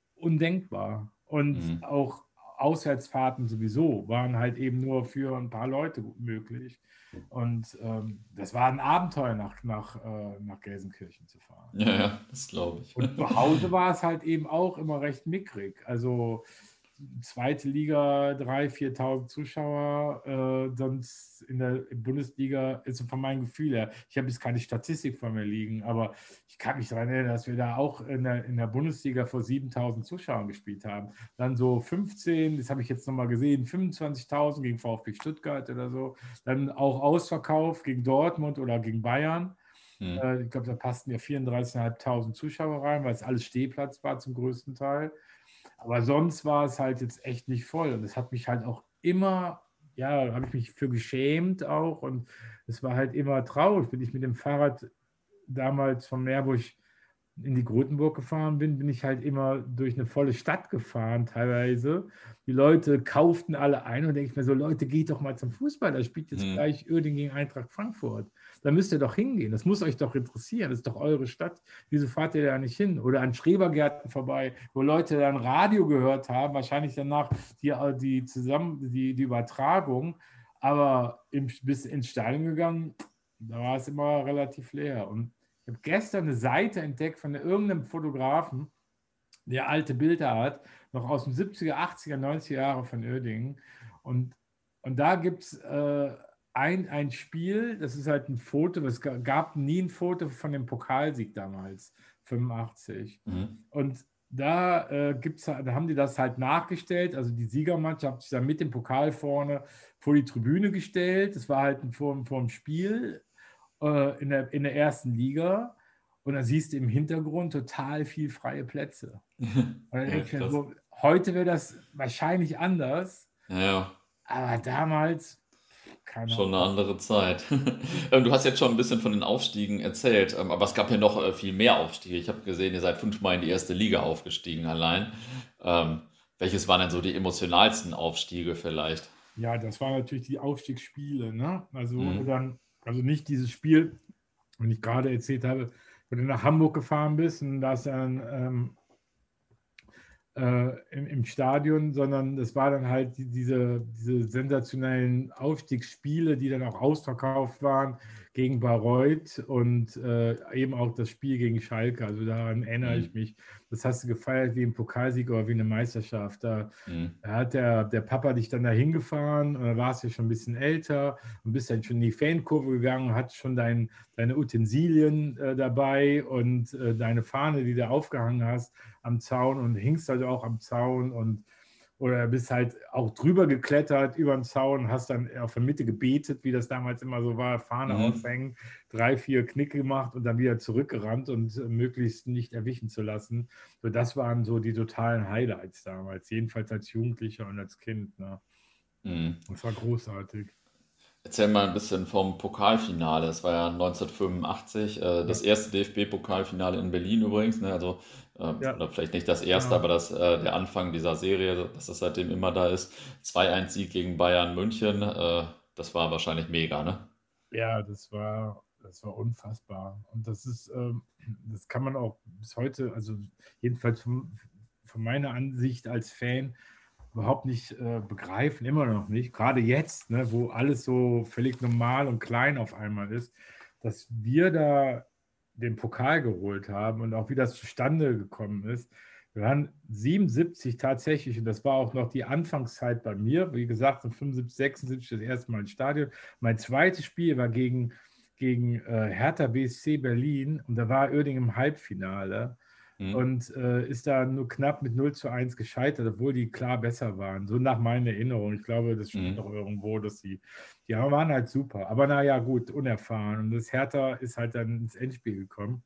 A: undenkbar. Und
C: Mhm.
A: auch Auswärtsfahrten sowieso waren halt eben nur für ein paar Leute möglich. Und ähm, das war ein Abenteuer, nach, nach, äh, nach Gelsenkirchen zu fahren.
C: Ja, ja, das glaube ich.
A: Und zu Hause war es halt eben auch immer recht mickrig. Also zweite Liga, dreitausend, viertausend Zuschauer, äh, sonst in der Bundesliga, ist von meinem Gefühl her, ich habe jetzt keine Statistik vor mir liegen, aber ich kann mich daran erinnern, dass wir da auch in der, in der Bundesliga vor siebentausend Zuschauern gespielt haben. Dann so fünfzehn, das habe ich jetzt nochmal gesehen, fünfundzwanzigtausend gegen VfB Stuttgart oder so. Dann auch Ausverkauf gegen Dortmund oder gegen Bayern.
C: Mhm.
A: Äh, ich glaube, da passten ja vierunddreißigtausendfünfhundert Zuschauer rein, weil es alles Stehplatz war zum größten Teil. Aber sonst war es halt jetzt echt nicht voll. Und es hat mich halt auch immer, ja, habe ich mich für geschämt auch. Und es war halt immer traurig, bin ich mit dem Fahrrad damals von Meerbusch in die Grotenburg gefahren bin, bin ich halt immer durch eine volle Stadt gefahren teilweise. Die Leute kauften alle ein und denke ich mir so, Leute, geht doch mal zum Fußball, da spielt jetzt
C: Mhm.
A: gleich Uerdingen gegen Eintracht Frankfurt. Da müsst ihr doch hingehen, das muss euch doch interessieren, das ist doch eure Stadt. Wieso fahrt ihr da nicht hin? Oder an Schrebergärten vorbei, wo Leute dann Radio gehört haben, wahrscheinlich danach die, die, zusammen, die, die Übertragung, aber im, bis ins Stadion gegangen, da war es immer relativ leer. Und ich habe gestern eine Seite entdeckt von irgendeinem Fotografen, der alte Bilder hat, noch aus den siebziger, achtziger, neunziger Jahre von Uerdingen. Und, und da gibt es äh, ein, ein Spiel, das ist halt ein Foto, es gab nie ein Foto von dem Pokalsieg damals, fünfundachtzig.
C: Mhm.
A: Und da, äh, gibt's, da haben die das halt nachgestellt, also die Siegermannschaft hat sich dann mit dem Pokal vorne vor die Tribüne gestellt. Das war halt vor, vor dem Spiel in der, in der ersten Liga und dann siehst du im Hintergrund total viel freie Plätze. Und dann
C: Ja,
A: denke ich mir
C: krass.
A: so, heute wäre das wahrscheinlich anders,
C: Ja, ja,
A: aber damals, keine
C: schon eine
A: Ahnung.
C: andere Zeit. Ähm, Du hast jetzt schon ein bisschen von den Aufstiegen erzählt, ähm, aber es gab ja noch äh, viel mehr Aufstiege. Ich habe gesehen, ihr seid fünfmal in die erste Liga aufgestiegen allein. Ähm, welches waren denn so die emotionalsten Aufstiege vielleicht?
A: Ja, das waren natürlich die Aufstiegsspiele, ne? Also,
C: Mhm.
A: dann, also nicht dieses Spiel, wenn ich gerade erzählt habe, wo du nach Hamburg gefahren bist und da ist dann ähm, äh, im, im Stadion, sondern das war dann halt die, diese, diese sensationellen Aufstiegsspiele, die dann auch ausverkauft waren gegen Bayreuth und äh, eben auch das Spiel gegen Schalke. Also daran erinnere ich
C: Mhm.
A: mich. Das hast du gefeiert wie ein Pokalsieg oder wie eine Meisterschaft. Da,
C: Mhm.
A: da hat der, der Papa dich dann dahin gefahren und da warst du schon ein bisschen älter und bist dann schon in die Fankurve gegangen, hat schon dein, deine Utensilien äh, dabei und äh, deine Fahne, die du aufgehangen hast am Zaun und hingst halt auch am Zaun und oder bist halt auch drüber geklettert über den Zaun, hast dann auf der Mitte gebetet, wie das damals immer so war, Fahne
C: Mhm.
A: aufhängen, drei, vier Knicke gemacht und dann wieder zurückgerannt und äh, möglichst nicht erwischen zu lassen. So, das waren so die totalen Highlights damals, jedenfalls als Jugendlicher und als Kind. Ne?
C: Mhm.
A: Das war großartig.
C: Erzähl mal ein bisschen vom Pokalfinale. Es war ja neunzehnhundertfünfundachtzig, äh, das
A: Ja,
C: erste D F B-Pokalfinale in Berlin übrigens. Ne? Also, äh,
A: ja,
C: oder vielleicht nicht das erste,
A: genau.
C: aber das, äh, der Anfang dieser Serie, dass das seitdem immer da ist. zwei eins Sieg gegen Bayern München, äh, das war wahrscheinlich mega, ne?
A: Ja, das war, das war unfassbar. Und das ist, ähm, das kann man auch bis heute, also jedenfalls von, von meiner Ansicht als Fan, überhaupt nicht äh, begreifen, immer noch nicht. Gerade jetzt, ne, wo alles so völlig normal und klein auf einmal ist, dass wir da den Pokal geholt haben und auch wie das zustande gekommen ist. Wir waren siebenundsiebzig tatsächlich, und das war auch noch die Anfangszeit bei mir. Wie gesagt, so fünfundsiebzig, sechsundsiebzig das erste Mal ins Stadion. Mein zweites Spiel war gegen, gegen äh, Hertha B S C Berlin und da war Uerdingen im Halbfinale
C: Mhm.
A: und äh, ist da nur knapp mit null zu eins gescheitert, obwohl die klar besser waren. So nach meiner Erinnerung. Ich glaube, das steht
C: Mhm.
A: doch irgendwo, dass die, die waren halt super. Aber naja, gut, unerfahren. Und das Hertha ist halt dann ins Endspiel gekommen.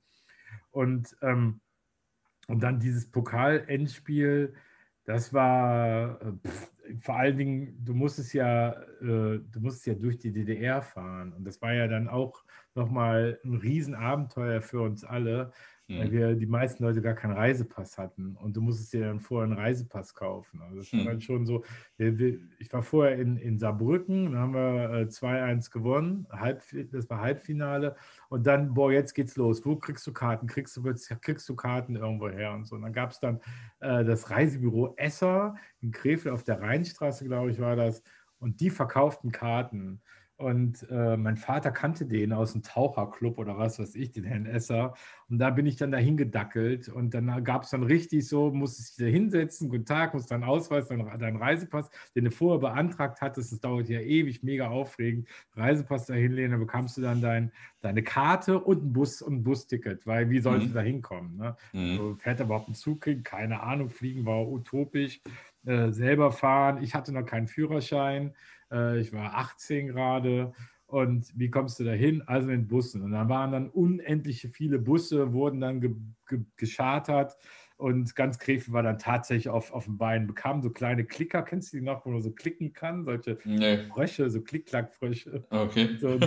A: Und, ähm, und dann dieses Pokal-Endspiel, das war äh, pff, vor allen Dingen, du musstest ja, äh, du musstest ja durch die D D R fahren. Und das war ja dann auch nochmal ein Riesenabenteuer für uns alle, weil
C: Mhm.
A: wir die meisten Leute gar keinen Reisepass hatten. Und du musstest dir dann vorher einen Reisepass kaufen. Also das war dann
C: Mhm.
A: schon so, wir, wir, ich war vorher in, in Saarbrücken, da haben wir äh, zwei eins gewonnen, Halb, das war Halbfinale. Und dann, boah, jetzt geht's los. Wo kriegst du Karten? Kriegst du, kriegst du Karten irgendwo her und so. Und dann gab es dann äh, das Reisebüro Esser in Krefeld auf der Rheinstraße, glaube ich, war das. Und die verkauften Karten. Und äh, mein Vater kannte den aus dem Taucherclub oder was weiß ich, den Herrn Esser. Und da bin ich dann dahin gedackelt. Und dann gab es dann richtig so, musstest dich da hinsetzen, guten Tag, musst deinen Ausweis, deinen, deinen Reisepass, den du vorher beantragt hattest, das dauert ja ewig, mega aufregend, Reisepass da hinlegen, dann bekamst du dann dein, deine Karte und ein Bus und ein Busticket, weil wie sollst du da
C: Mhm.
A: hinkommen? Ne?
C: Mhm.
A: Also fährt er überhaupt einen Zug kriegen? Keine Ahnung, fliegen war utopisch. Äh, selber fahren, ich hatte noch keinen Führerschein, äh, ich war achtzehn gerade. Und wie kommst du da hin? Also in Bussen. Und dann waren dann unendliche viele Busse, wurden dann ge ge geschartert. Und ganz Krefeld war dann tatsächlich auf, auf dem Bein, bekam so kleine Klicker, kennst du die noch, wo man so klicken kann? Solche
C: Nee.
A: Frösche, so Klick-Klack-Frösche.
C: Okay.
A: So,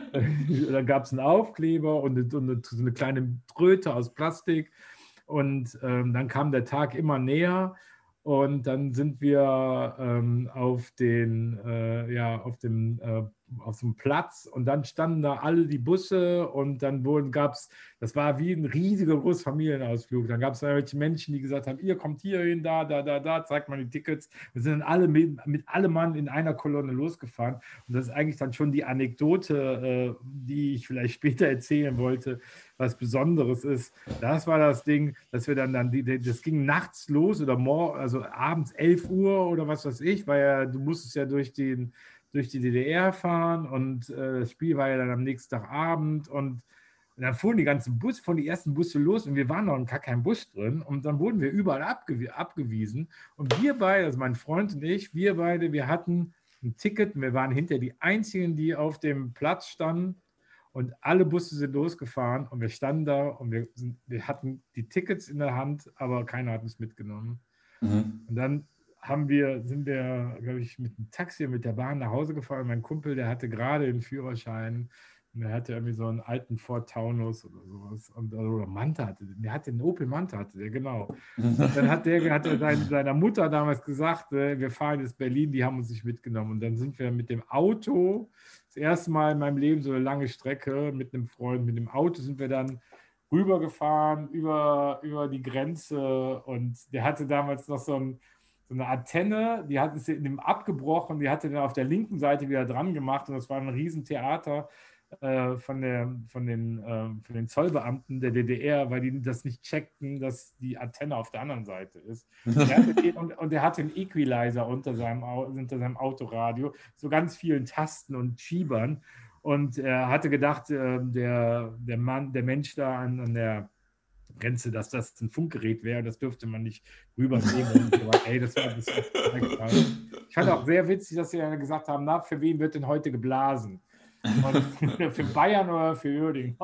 A: dann gab es einen Aufkleber und, eine, und eine, so eine kleine Tröte aus Plastik. Und ähm, dann kam der Tag immer näher. Und dann sind wir ähm, auf, den, äh, ja, auf, dem, äh, auf dem Platz und dann standen da alle die Busse und dann gab es, das war wie ein riesiger großer Familienausflug. Dann gab es irgendwelche Menschen, die gesagt haben, ihr kommt hier hin, da, da, da, da, zeigt mal die Tickets. Wir sind dann alle mit, mit allem Mann in einer Kolonne losgefahren. Und das ist eigentlich dann schon die Anekdote, äh, die ich vielleicht später erzählen wollte, was Besonderes ist. Das war das Ding, dass wir dann, dann die, das ging nachts los oder morgen, also abends elf Uhr oder was weiß ich, weil ja, du musstest ja durch, den, durch die D D R fahren und äh, das Spiel war ja dann am nächsten Tag Abend und, und dann fuhren die ganzen Busse, fuhren die ersten Busse los und wir waren noch gar kein Bus drin und dann wurden wir überall abgew- abgewiesen und wir beide, also mein Freund und ich, wir beide, wir hatten ein Ticket und wir waren hinter die einzigen, die auf dem Platz standen. Und alle Busse sind losgefahren und wir standen da und wir, sind, wir hatten die Tickets in der Hand, aber keiner hat uns mitgenommen. Mhm. Und dann haben wir, sind wir, glaube ich, mit dem Taxi, mit der Bahn nach Hause gefahren. Und mein Kumpel, der hatte gerade den Führerschein und er hatte irgendwie so einen alten Ford Taunus oder sowas. Und, oder Manta hatte, der hatte einen Opel Manta, hatte der, genau. Und dann hat der, hat er sein, seiner Mutter damals gesagt, äh, wir fahren jetzt Berlin, die haben uns nicht mitgenommen. Und dann sind wir mit dem Auto, das erste Mal in meinem Leben so eine lange Strecke mit einem Freund, mit dem Auto sind wir dann rübergefahren über, über die Grenze und der hatte damals noch so, ein, so eine Antenne, die hat es in dem abgebrochen, die hatte dann auf der linken Seite wieder dran gemacht und das war ein Riesentheater äh, von, der, von, den, äh, von den Zollbeamten der D D R, weil die das nicht checkten, dass die Antenne auf der anderen Seite ist. Der hatte, und, und der hatte einen Equalizer unter seinem, unter seinem Autoradio, so ganz vielen Tasten und Schiebern. Und er hatte gedacht, äh, der, der Mann, der Mensch da an, an der Grenze, dass das ein Funkgerät wäre, das dürfte man nicht rübernehmen. Und ey, das war, das war ich fand auch sehr witzig, dass sie dann gesagt haben, na, für wen wird denn heute geblasen? Und für Bayern oder für Uerdingen?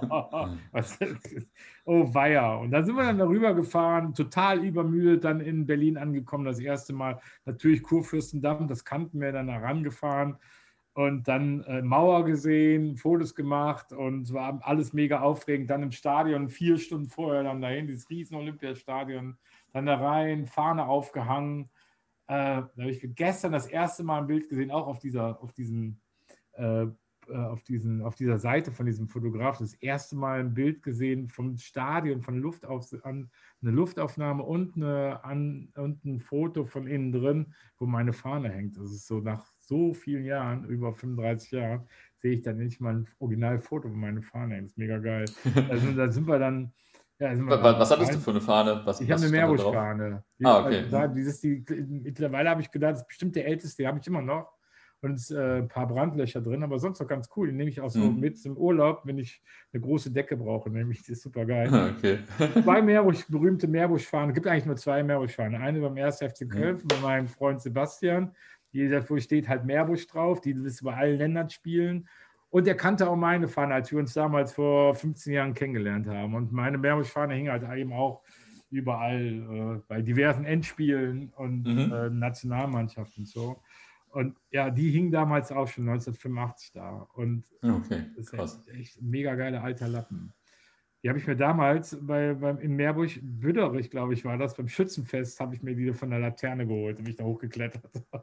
A: Oh, weia. Und dann sind wir dann darüber gefahren, total übermüdet, dann in Berlin angekommen, das erste Mal. Natürlich Kurfürstendamm, das kannten wir, dann herangefahren. Und dann äh, Mauer gesehen, Fotos gemacht und es war alles mega aufregend. Dann im Stadion, vier Stunden vorher dann dahin, dieses riesen Olympiastadion, dann da rein, Fahne aufgehangen. Äh, da habe ich gestern das erste Mal ein Bild gesehen, auch auf dieser, auf diesen, äh, auf diesen, auf dieser Seite von diesem Fotografen, das erste Mal ein Bild gesehen vom Stadion, von Luftauf, an, eine Luftaufnahme und, eine, an, und ein Foto von innen drin, wo meine Fahne hängt. Das ist so nach so vielen Jahren, über fünfunddreißig Jahren, sehe ich dann endlich mal ein Originalfoto von meiner Fahne hängt. Das ist mega geil. Also da sind wir dann. Ja, sind wir
C: was was hattest du für eine Fahne? Was,
A: ich habe eine Meerbusch-Fahne.
C: Ah, okay.
A: Also, dieses, die, mittlerweile habe ich gedacht, das ist bestimmt der älteste, die habe ich immer noch. Und es ist äh, ein paar Brandlöcher drin, aber sonst doch ganz cool. Die nehme ich auch so mhm. mit zum Urlaub, wenn ich eine große Decke brauche. Nämlich, die ist super geil.
C: Okay.
A: Zwei Meerbusch, berühmte Meerbusch-Fahnen. Es gibt eigentlich nur zwei Meerbusch-Fahnen. Eine beim ersten F C Köln mhm. bei meinem Freund Sebastian. Die, wo steht halt Meerbusch drauf. Die ist bei allen Ländern spielen. Und er kannte auch meine Fahne, als wir uns damals vor fünfzehn Jahren kennengelernt haben. Und meine Meerbusch-Fahne hing halt eben auch überall äh, bei diversen Endspielen und mhm. äh, Nationalmannschaften und so. Und ja, die hing damals auch schon neunzehnhundertfünfundachtzig da. Und
C: okay,
A: das ist
C: krass.
A: echt, echt ein mega geiler alter Lappen. Die habe ich mir damals bei, beim, in Meerbusch, Büderich, glaube ich, war das, beim Schützenfest, habe ich mir die von der Laterne geholt und mich da hochgeklettert.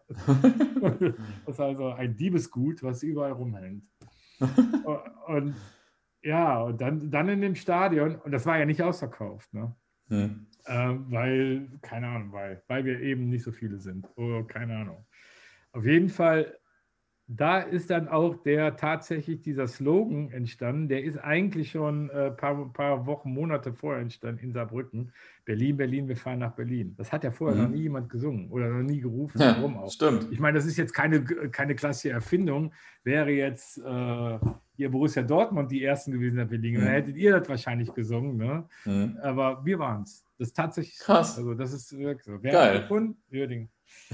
A: Das ist also ein Diebesgut, was überall rumhängt. und, und ja, und dann, dann in dem Stadion, und das war ja nicht ausverkauft, ne? Hm. Äh, weil, keine Ahnung, weil, weil wir eben nicht so viele sind. Oh, keine Ahnung. Auf jeden Fall, da ist dann auch der tatsächlich dieser Slogan entstanden. Der ist eigentlich schon ein äh, paar, paar Wochen, Monate vorher entstanden in Saarbrücken. Berlin, Berlin, wir fahren nach Berlin. Das hat ja vorher mhm. noch nie jemand gesungen oder noch nie gerufen.
C: Ja,
A: warum auch?
C: Stimmt.
A: Ich meine, das ist jetzt keine, keine klassische Erfindung. Wäre jetzt äh, hier Borussia Dortmund die Ersten gewesen nach Berlin, mhm. dann hättet ihr das wahrscheinlich gesungen. Ne? Mhm. Aber wir waren es. Das ist tatsächlich
C: krass.
A: Also das ist wirklich so. Wer
C: Geil.
A: hat gefunden? Uerdingen.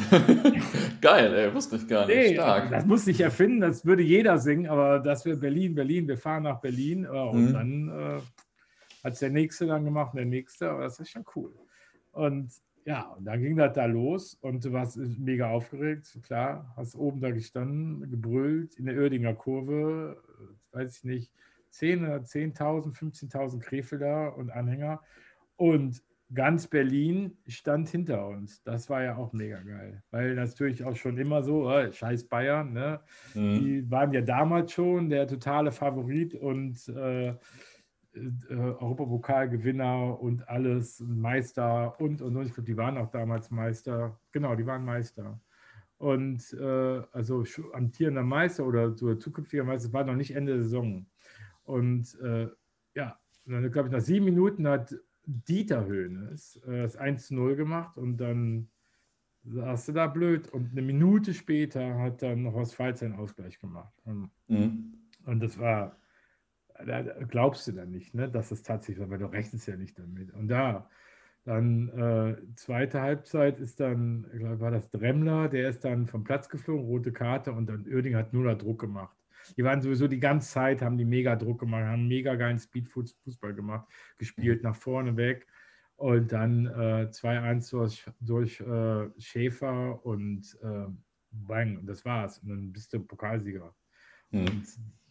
C: Geil, ey, wusste ich gar nicht.
A: Nee,
C: stark.
A: Das muss ich erfinden, das würde jeder singen, aber das wir Berlin, Berlin, wir fahren nach Berlin. Und mhm. dann äh, hat es der Nächste dann gemacht und der Nächste, aber das ist schon cool. Und ja, und dann ging das da los und du warst mega aufgeregt, klar, hast oben da gestanden, gebrüllt, in der Uerdinger Kurve, weiß ich nicht, zehn, zehntausend, fünfzehntausend Krefelder und Anhänger und ganz Berlin stand hinter uns. Das war ja auch mega geil, weil natürlich auch schon immer so, äh, scheiß Bayern, ne?
C: Mhm.
A: Die waren ja damals schon der totale Favorit und äh, Äh, Europapokalgewinner und alles, Meister und, und, und. Ich glaube, die waren auch damals Meister. Genau, die waren Meister. Und äh, also amtierender Meister oder so zukünftiger Meister, das war noch nicht Ende der Saison. Und äh, ja, und dann glaube ich, nach sieben Minuten hat Dieter Hoeneß äh, das eins zu null gemacht und dann saß du da blöd. Und eine Minute später hat dann Horst Falz einen Ausgleich gemacht. Und,
C: Mhm.
A: und das war. Da glaubst du dann nicht, ne, dass es tatsächlich war, weil du rechnest ja nicht damit. Und da, dann äh, zweite Halbzeit ist dann, ich glaube, war das Dremmler, der ist dann vom Platz geflogen, rote Karte und dann Uerdingen hat nur noch Druck gemacht. Die waren sowieso die ganze Zeit, haben die mega Druck gemacht, haben mega geilen Speedfußball gemacht, gespielt nach vorne weg. Und dann äh, zwei eins durch, durch äh, Schäfer und äh, bang, und das war's. Und dann bist du Pokalsieger.
C: Mhm.
A: Und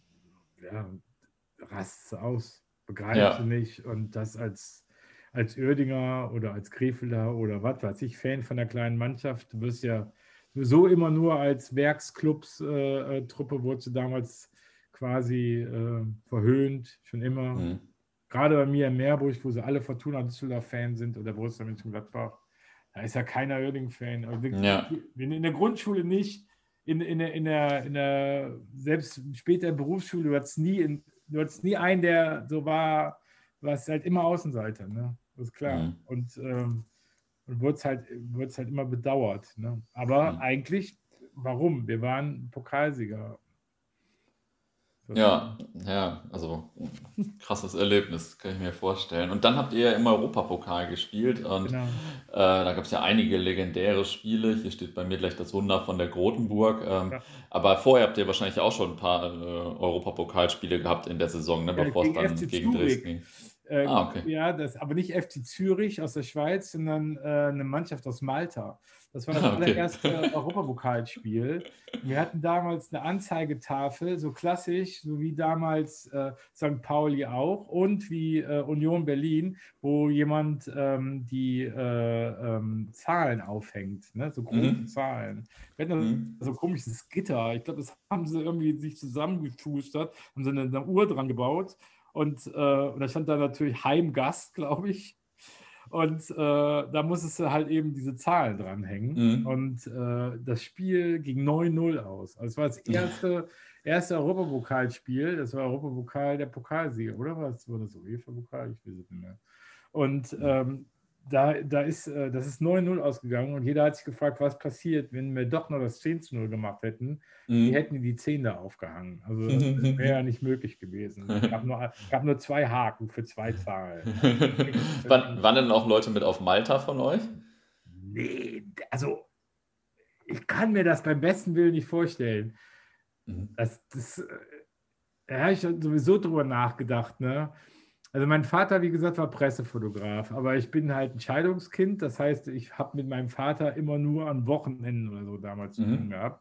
A: ja, rastest du aus, begreifst
C: Ja.
A: du nicht. Und das als, als Uerdinger oder als Krefelder oder was weiß ich, Fan von der kleinen Mannschaft, du wirst ja so immer nur als Werksclubs-Truppe, äh, wurdest du damals quasi äh, verhöhnt, schon immer.
C: Mhm.
A: Gerade bei mir in Meerburg, wo sie alle Fortuna Düsseldorf-Fan sind oder Borussia Mönchengladbach, da ist ja keiner Uerdingen-Fan. Also,
C: Ja.
A: wenn in der Grundschule nicht, in, in, der, in, der, in der, selbst später in der Berufsschule, du hattest nie, in, du hattest nie einen, der so war, was halt immer Außenseiter, ne? Das ist klar.
C: Mhm.
A: Und, ähm, und wurde es halt, halt immer bedauert. Ne? Aber
C: Mhm.
A: eigentlich, warum? Wir waren Pokalsieger. Das
C: Ja, ja, also krasses Erlebnis, kann ich mir vorstellen. Und dann habt ihr im Europapokal gespielt und
A: Genau.
C: äh, da gab es ja einige legendäre Spiele. Hier steht bei mir gleich das Wunder von der Grotenburg. Ähm,
A: Ja.
C: Aber vorher habt ihr wahrscheinlich auch schon ein paar äh, Europapokalspiele gehabt in der Saison, ne,
A: Ja,
C: bevor es
A: gegen
C: dann
A: F C
C: gegen Dresden
A: Zürich.
C: ging.
A: Äh,
C: Ah, okay.
A: Ja, das, aber nicht F C Zürich aus der Schweiz, sondern äh, eine Mannschaft aus Malta. Das war das
C: Ah, okay.
A: allererste Europapokalspiel. Wir hatten damals eine Anzeigetafel, so klassisch, so wie damals äh, Sankt Pauli auch und wie äh, Union Berlin, wo jemand ähm, die äh, ähm, Zahlen aufhängt, ne? So große
C: Mhm.
A: Zahlen. Wir hatten
C: Mhm.
A: so ein komisches Gitter. Ich glaube, das haben sie irgendwie sich zusammengeschustert, haben sie eine, eine Uhr dran gebaut. Und, äh, und da stand da natürlich Heimgast, glaube ich. Und äh, da musstest du halt eben diese Zahlen dranhängen.
C: Mhm.
A: Und äh, das Spiel ging neun null aus. Also es war das erste, erste Europapokalspiel. Das war Europapokal der Pokalsieger, oder? Was war das UEFA-Pokal? Ich weiß es nicht mehr. Und ähm, da, da ist, äh, das ist neun null ausgegangen und jeder hat sich gefragt, was passiert, wenn wir doch noch das zehn zu null gemacht hätten. Die
C: Mhm.
A: hätten die zehn da aufgehangen. Also das wäre ja nicht möglich gewesen. Es gab nur, gab nur zwei Haken für zwei Zahlen.
C: Waren, waren denn auch Leute mit auf Malta von euch?
A: Nee, also ich kann mir das beim besten Willen nicht vorstellen.
C: Mhm.
A: Das, das, äh, da habe ich sowieso drüber nachgedacht, ne? Also mein Vater, wie gesagt, war Pressefotograf, aber ich bin halt ein Scheidungskind. Das heißt, ich habe mit meinem Vater immer nur an Wochenenden oder so damals zu tun
C: Mhm.
A: gehabt.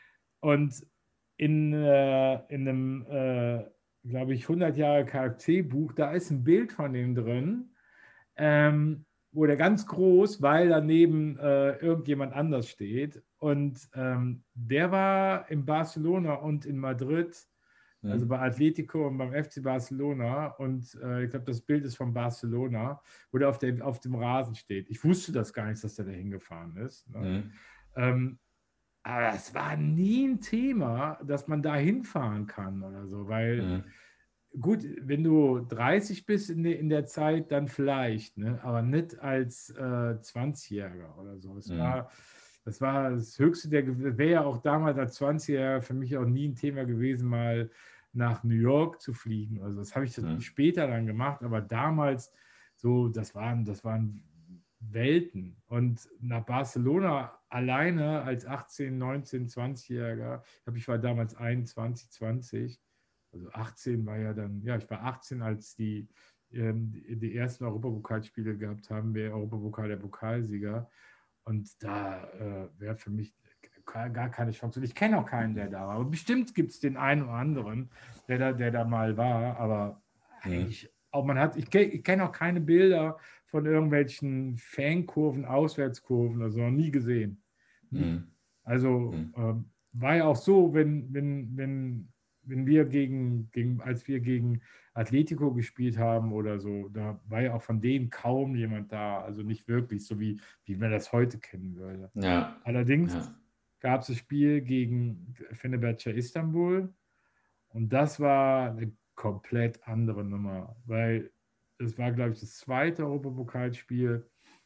A: Und in, äh, in einem, äh, glaube ich, hundert Jahre K F C-Buch, da ist ein Bild von dem drin, ähm, wo der ganz groß, weil daneben äh, irgendjemand anders steht. Und ähm, der war in Barcelona und in Madrid, also
C: Mhm.
A: bei Atletico und beim F C Barcelona. Und äh, ich glaube, das Bild ist von Barcelona, wo der auf, der auf dem Rasen steht. Ich wusste das gar nicht, dass der da hingefahren ist. Ne?
C: Mhm.
A: Ähm, aber es war nie ein Thema, dass man da hinfahren kann oder so, weil
C: Mhm.
A: gut, wenn du dreißig bist in, de, in der Zeit, dann vielleicht, ne? Aber nicht als äh, zwanzigjähriger oder so. Es
C: Mhm.
A: war, das war das Höchste der, wäre ja auch damals als zwanzigjähriger für mich auch nie ein Thema gewesen, mal nach New York zu fliegen. Also das habe ich
C: Mhm.
A: später dann gemacht, aber damals so, das waren, das waren Welten. Und nach Barcelona alleine als achtzehn, neunzehn, zwanzigjähriger, ich glaube, ich war damals einundzwanzig, zwanzig, also achtzehn war ja dann, ja, ich war achtzehn, als die ähm, die, die ersten Europapokalspiele gehabt haben, wäre Europapokal der Pokalsieger. Und da äh, wäre für mich gar keine Chance. Und ich kenne auch keinen, der da war. Aber bestimmt gibt es den einen oder anderen, der da, der da mal war. Aber eigentlich, auch man hat, ich, ich kenne auch keine Bilder von irgendwelchen Fankurven, Auswärtskurven, also noch nie gesehen.
C: Mhm.
A: Also
C: Mhm.
A: ähm, war ja auch so, wenn, wenn, wenn, wenn wir gegen, gegen, als wir gegen Atletico gespielt haben oder so, da war ja auch von denen kaum jemand da. Also nicht wirklich, so wie, wie man das heute kennen würde.
C: Ja.
A: Allerdings
C: Ja.
A: gab es das Spiel gegen Fenerbahce Istanbul und das war eine komplett andere Nummer, weil es war, glaube ich, das zweite Europapokalspiel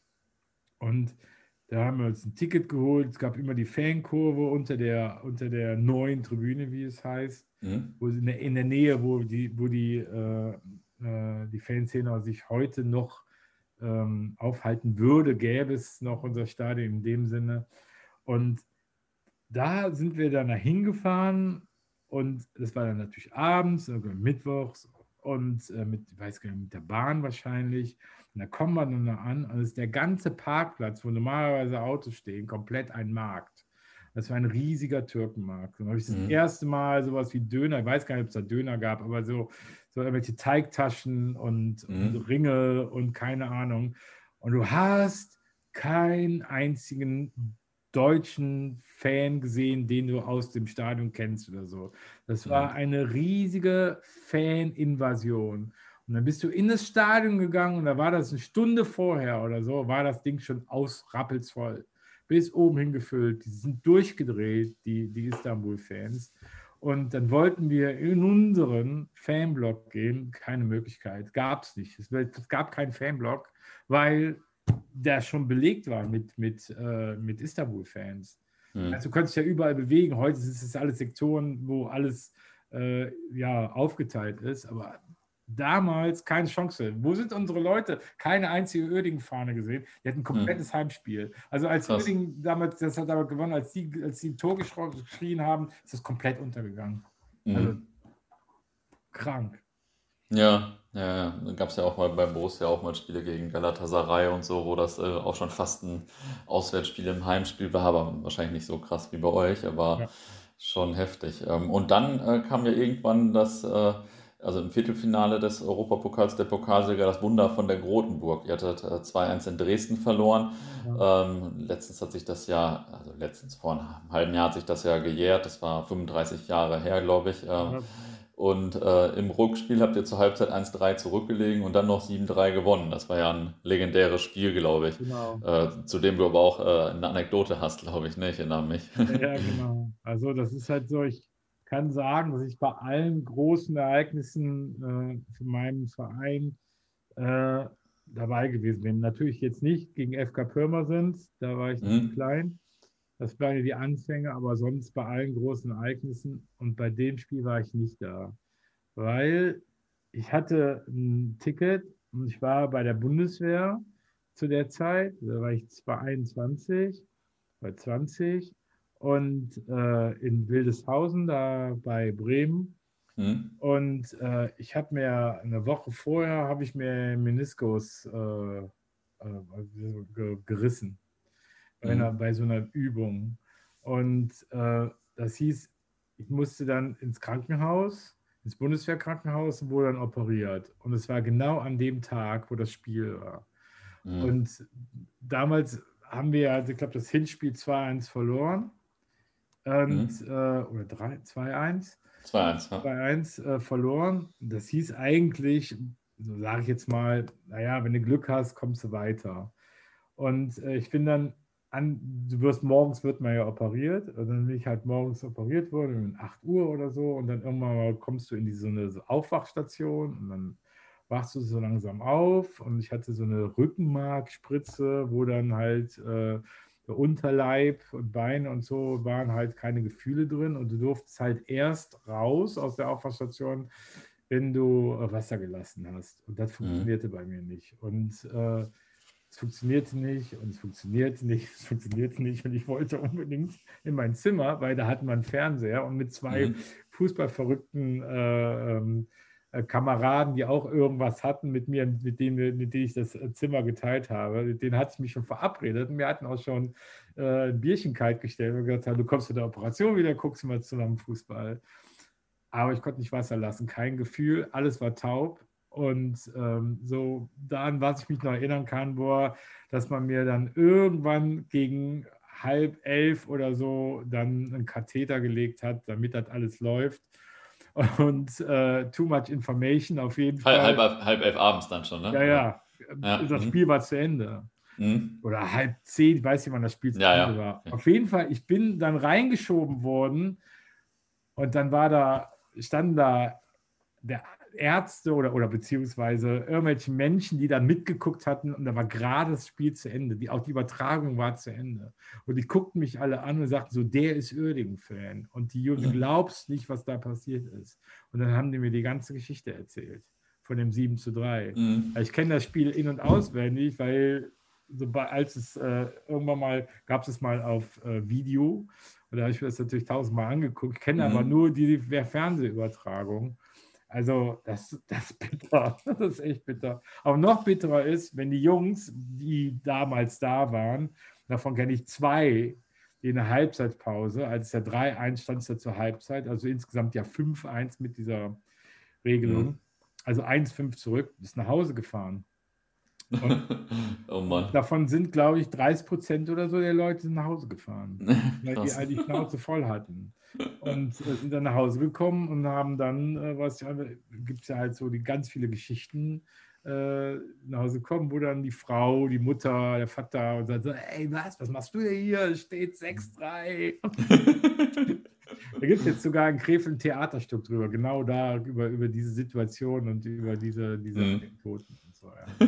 A: und da haben wir uns ein Ticket geholt. Es gab immer die Fankurve unter der, unter der neuen Tribüne, wie es heißt,
C: Mhm.
A: wo in der, in der Nähe, wo die, wo die, äh, äh, die Fanszene sich heute noch ähm, aufhalten würde, gäbe es noch unser Stadion in dem Sinne. Und da sind wir dann dahin gefahren und das war dann natürlich abends, oder mittwochs und äh, mit, ich weiß gar nicht, mit der Bahn wahrscheinlich. Und da kommen wir dann da an und es ist der ganze Parkplatz, wo normalerweise Autos stehen, komplett ein Markt. Das war ein riesiger Türkenmarkt. Und da habe ich das
C: Mhm.
A: erste Mal sowas wie Döner, ich weiß gar nicht, ob es da Döner gab, aber so, so irgendwelche Teigtaschen und,
C: Mhm.
A: und Ringe und keine Ahnung. Und du hast keinen einzigen deutschen Fan gesehen, den du aus dem Stadion kennst oder so. Das war
C: Mhm.
A: eine riesige Fan-Invasion. Und dann bist du in das Stadion gegangen und da war das eine Stunde vorher oder so, war das Ding schon ausrappelsvoll. Bis oben hingefüllt. Die sind durchgedreht, die, die Istanbul-Fans. Und dann wollten wir in unseren Fanblock gehen. Keine Möglichkeit. Gab es nicht. Es, es gab keinen Fanblock, weil der schon belegt war mit, mit, äh, mit Istanbul-Fans.
C: Mhm.
A: Also du kannst dich ja überall bewegen. Heute sind es alles Sektoren, wo alles äh, ja, aufgeteilt ist. Aber damals keine Chance. Wo sind unsere Leute? Keine einzige Uerdingen-Fahne gesehen. Die hatten ein komplettes mhm. Heimspiel. Also als
C: Krass.
A: Uerdingen damals, das hat aber gewonnen, als die, als die ein Tor geschrien haben, ist das komplett untergegangen.
C: Mhm.
A: Also krank.
C: Ja, ja, ja. Dann gab es ja auch mal bei Borussia auch mal Spiele gegen Galatasaray und so, wo das äh, auch schon fast ein Auswärtsspiel im Heimspiel war, aber wahrscheinlich nicht so krass wie bei euch, aber
A: Ja.
C: schon heftig. Ähm, und dann äh, kam ja irgendwann das, äh, also im Viertelfinale des Europapokals der Pokalsieger, das Wunder von der Grotenburg. Ihr hattet äh, zwei eins in Dresden verloren.
A: Ja.
C: Ähm, letztens hat sich das ja, also letztens vor einem halben Jahr hat sich das ja gejährt, das war fünfunddreißig Jahre her, glaube ich. Ähm,
A: Ja.
C: Und äh, im Rückspiel habt ihr zur Halbzeit eins drei zurückgelegen und dann noch sieben drei gewonnen. Das war ja ein legendäres Spiel, glaube ich.
A: Genau.
C: Äh, zu dem du aber auch äh, eine Anekdote hast, glaube ich, ne? Ich erinnere mich.
A: Ja, genau. Also das ist halt so, ich kann sagen, dass ich bei allen großen Ereignissen äh, für meinen Verein äh, dabei gewesen bin. Natürlich jetzt nicht gegen F K Pirmasens, da war ich noch
C: Mhm.
A: klein. Das waren ja die Anfänge, aber sonst bei allen großen Ereignissen und bei dem Spiel war ich nicht da, weil ich hatte ein Ticket und ich war bei der Bundeswehr zu der Zeit, da war ich einundzwanzig, bei zwanzig und äh, in Wildeshausen, da bei Bremen.
C: Mhm.
A: Und äh, ich habe mir eine Woche vorher, habe ich mir Meniskus äh, äh, ge gerissen. Bei, einer,
C: Mhm.
A: bei so einer Übung. Und äh, das hieß, ich musste dann ins Krankenhaus, ins Bundeswehrkrankenhaus, und wurde dann operiert. Und es war genau an dem Tag, wo das Spiel war.
C: Mhm.
A: Und damals haben wir, also ich glaube, das Hinspiel zwei eins verloren. Und,
C: Mhm.
A: äh, oder zwei eins.
C: zwei eins, ja.
A: zwei eins äh, verloren. Das hieß eigentlich, so sage ich jetzt mal, naja, wenn du Glück hast, kommst du weiter. Und äh, ich bin dann an, du wirst morgens, wird man ja operiert, und dann bin ich halt morgens operiert worden, um acht Uhr oder so, und dann irgendwann mal kommst du in die, so eine so Aufwachstation und dann wachst du so langsam auf und ich hatte so eine Rückenmarkspritze, wo dann halt äh, der Unterleib und Beine und so waren halt keine Gefühle drin und du durftest halt erst raus aus der Aufwachstation, wenn du äh, Wasser gelassen hast, und das funktionierte mhm. bei mir nicht und äh, es funktionierte nicht und es funktionierte nicht, es funktionierte nicht und ich wollte unbedingt in mein Zimmer, weil da hatten wir einen Fernseher und mit zwei mhm. fußballverrückten äh, äh, Kameraden, die auch irgendwas hatten mit mir, mit denen, wir, mit denen ich das Zimmer geteilt habe. Mit denen hatte ich mich schon verabredet und wir hatten auch schon äh, ein Bierchen kalt gestellt und gesagt, du kommst zu der Operation wieder, guckst du mal zusammen Fußball. Aber ich konnte nicht Wasser lassen, kein Gefühl, alles war taub. Und ähm, so daran, was ich mich noch erinnern kann, war, dass man mir dann irgendwann gegen halb elf oder so dann einen Katheter gelegt hat, damit das alles läuft. Und äh, too much information auf jeden Fall.
C: Halb, halb, halb elf abends dann schon, ne?
A: Ja, ja.
C: ja.
A: Das Spiel war zu Ende.
C: Mhm.
A: Oder halb zehn, ich weiß nicht, wann das Spiel zu
C: ja,
A: Ende
C: ja.
A: war.
C: Okay.
A: Auf jeden Fall, ich bin dann reingeschoben worden und dann war da, standen da der Ärzte oder, oder beziehungsweise irgendwelche Menschen, die dann mitgeguckt hatten und da war gerade das Spiel zu Ende. Die, auch die Übertragung war zu Ende. Und die guckten mich alle an und sagten so, der ist Uerdingen-Fan. Und die Jungs, du glaubst nicht, was da passiert ist. Und dann haben die mir die ganze Geschichte erzählt von dem sieben zu drei.
C: Mhm.
A: Ich kenne das Spiel in- und auswendig, weil so, als es äh, irgendwann mal, gab es mal auf äh, Video und da habe ich mir das natürlich tausendmal angeguckt, kenne
C: Mhm.
A: aber nur die Fernsehübertragung. Also das, das ist bitter, das ist echt bitter. Aber noch bitterer ist, wenn die Jungs, die damals da waren, davon kenne ich zwei, die in der Halbzeitpause, als es ja drei eins stand, es ja zur Halbzeit, also insgesamt ja fünf eins mit dieser Regelung,
C: Mhm.
A: also eins fünf zurück, ist nach Hause gefahren. Und
C: oh Mann.
A: davon sind, glaube ich, dreißig Prozent oder so der Leute nach Hause gefahren, weil die all die Schnauze voll hatten. Und äh, sind dann nach Hause gekommen und haben dann, äh, was ja, gibt es ja halt so die ganz viele Geschichten, äh, nach Hause gekommen, wo dann die Frau, die Mutter, der Vater und sagt so, ey, was, was machst du denn hier? Es steht sechs drei. Da gibt es jetzt sogar in Krefeld ein Theaterstück drüber, genau da, über, über diese Situation und über diese, diese
C: Mhm.
A: Anekdoten und so, ja.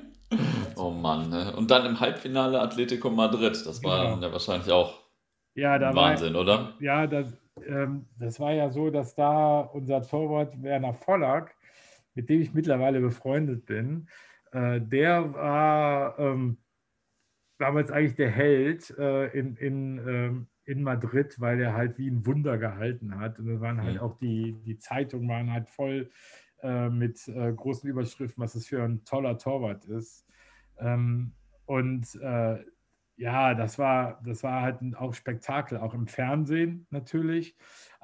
C: Oh Mann, ne? Und dann im Halbfinale Atletico Madrid. Das war
A: Genau.
C: dann ja wahrscheinlich auch
A: Ja, da
C: ein Wahnsinn,
A: war,
C: oder?
A: Ja, das, ähm, das war ja so, dass da unser Torwart Werner Vollack, mit dem ich mittlerweile befreundet bin, äh, der war ähm, damals eigentlich der Held äh, in, in, ähm, in Madrid, weil er halt wie ein Wunder gehalten hat. Und es waren halt
C: Mhm.
A: auch die, die Zeitungen waren halt voll äh, mit äh, großen Überschriften, was das für ein toller Torwart ist. Ähm, und äh, ja, das war, das war halt auch Spektakel, auch im Fernsehen natürlich,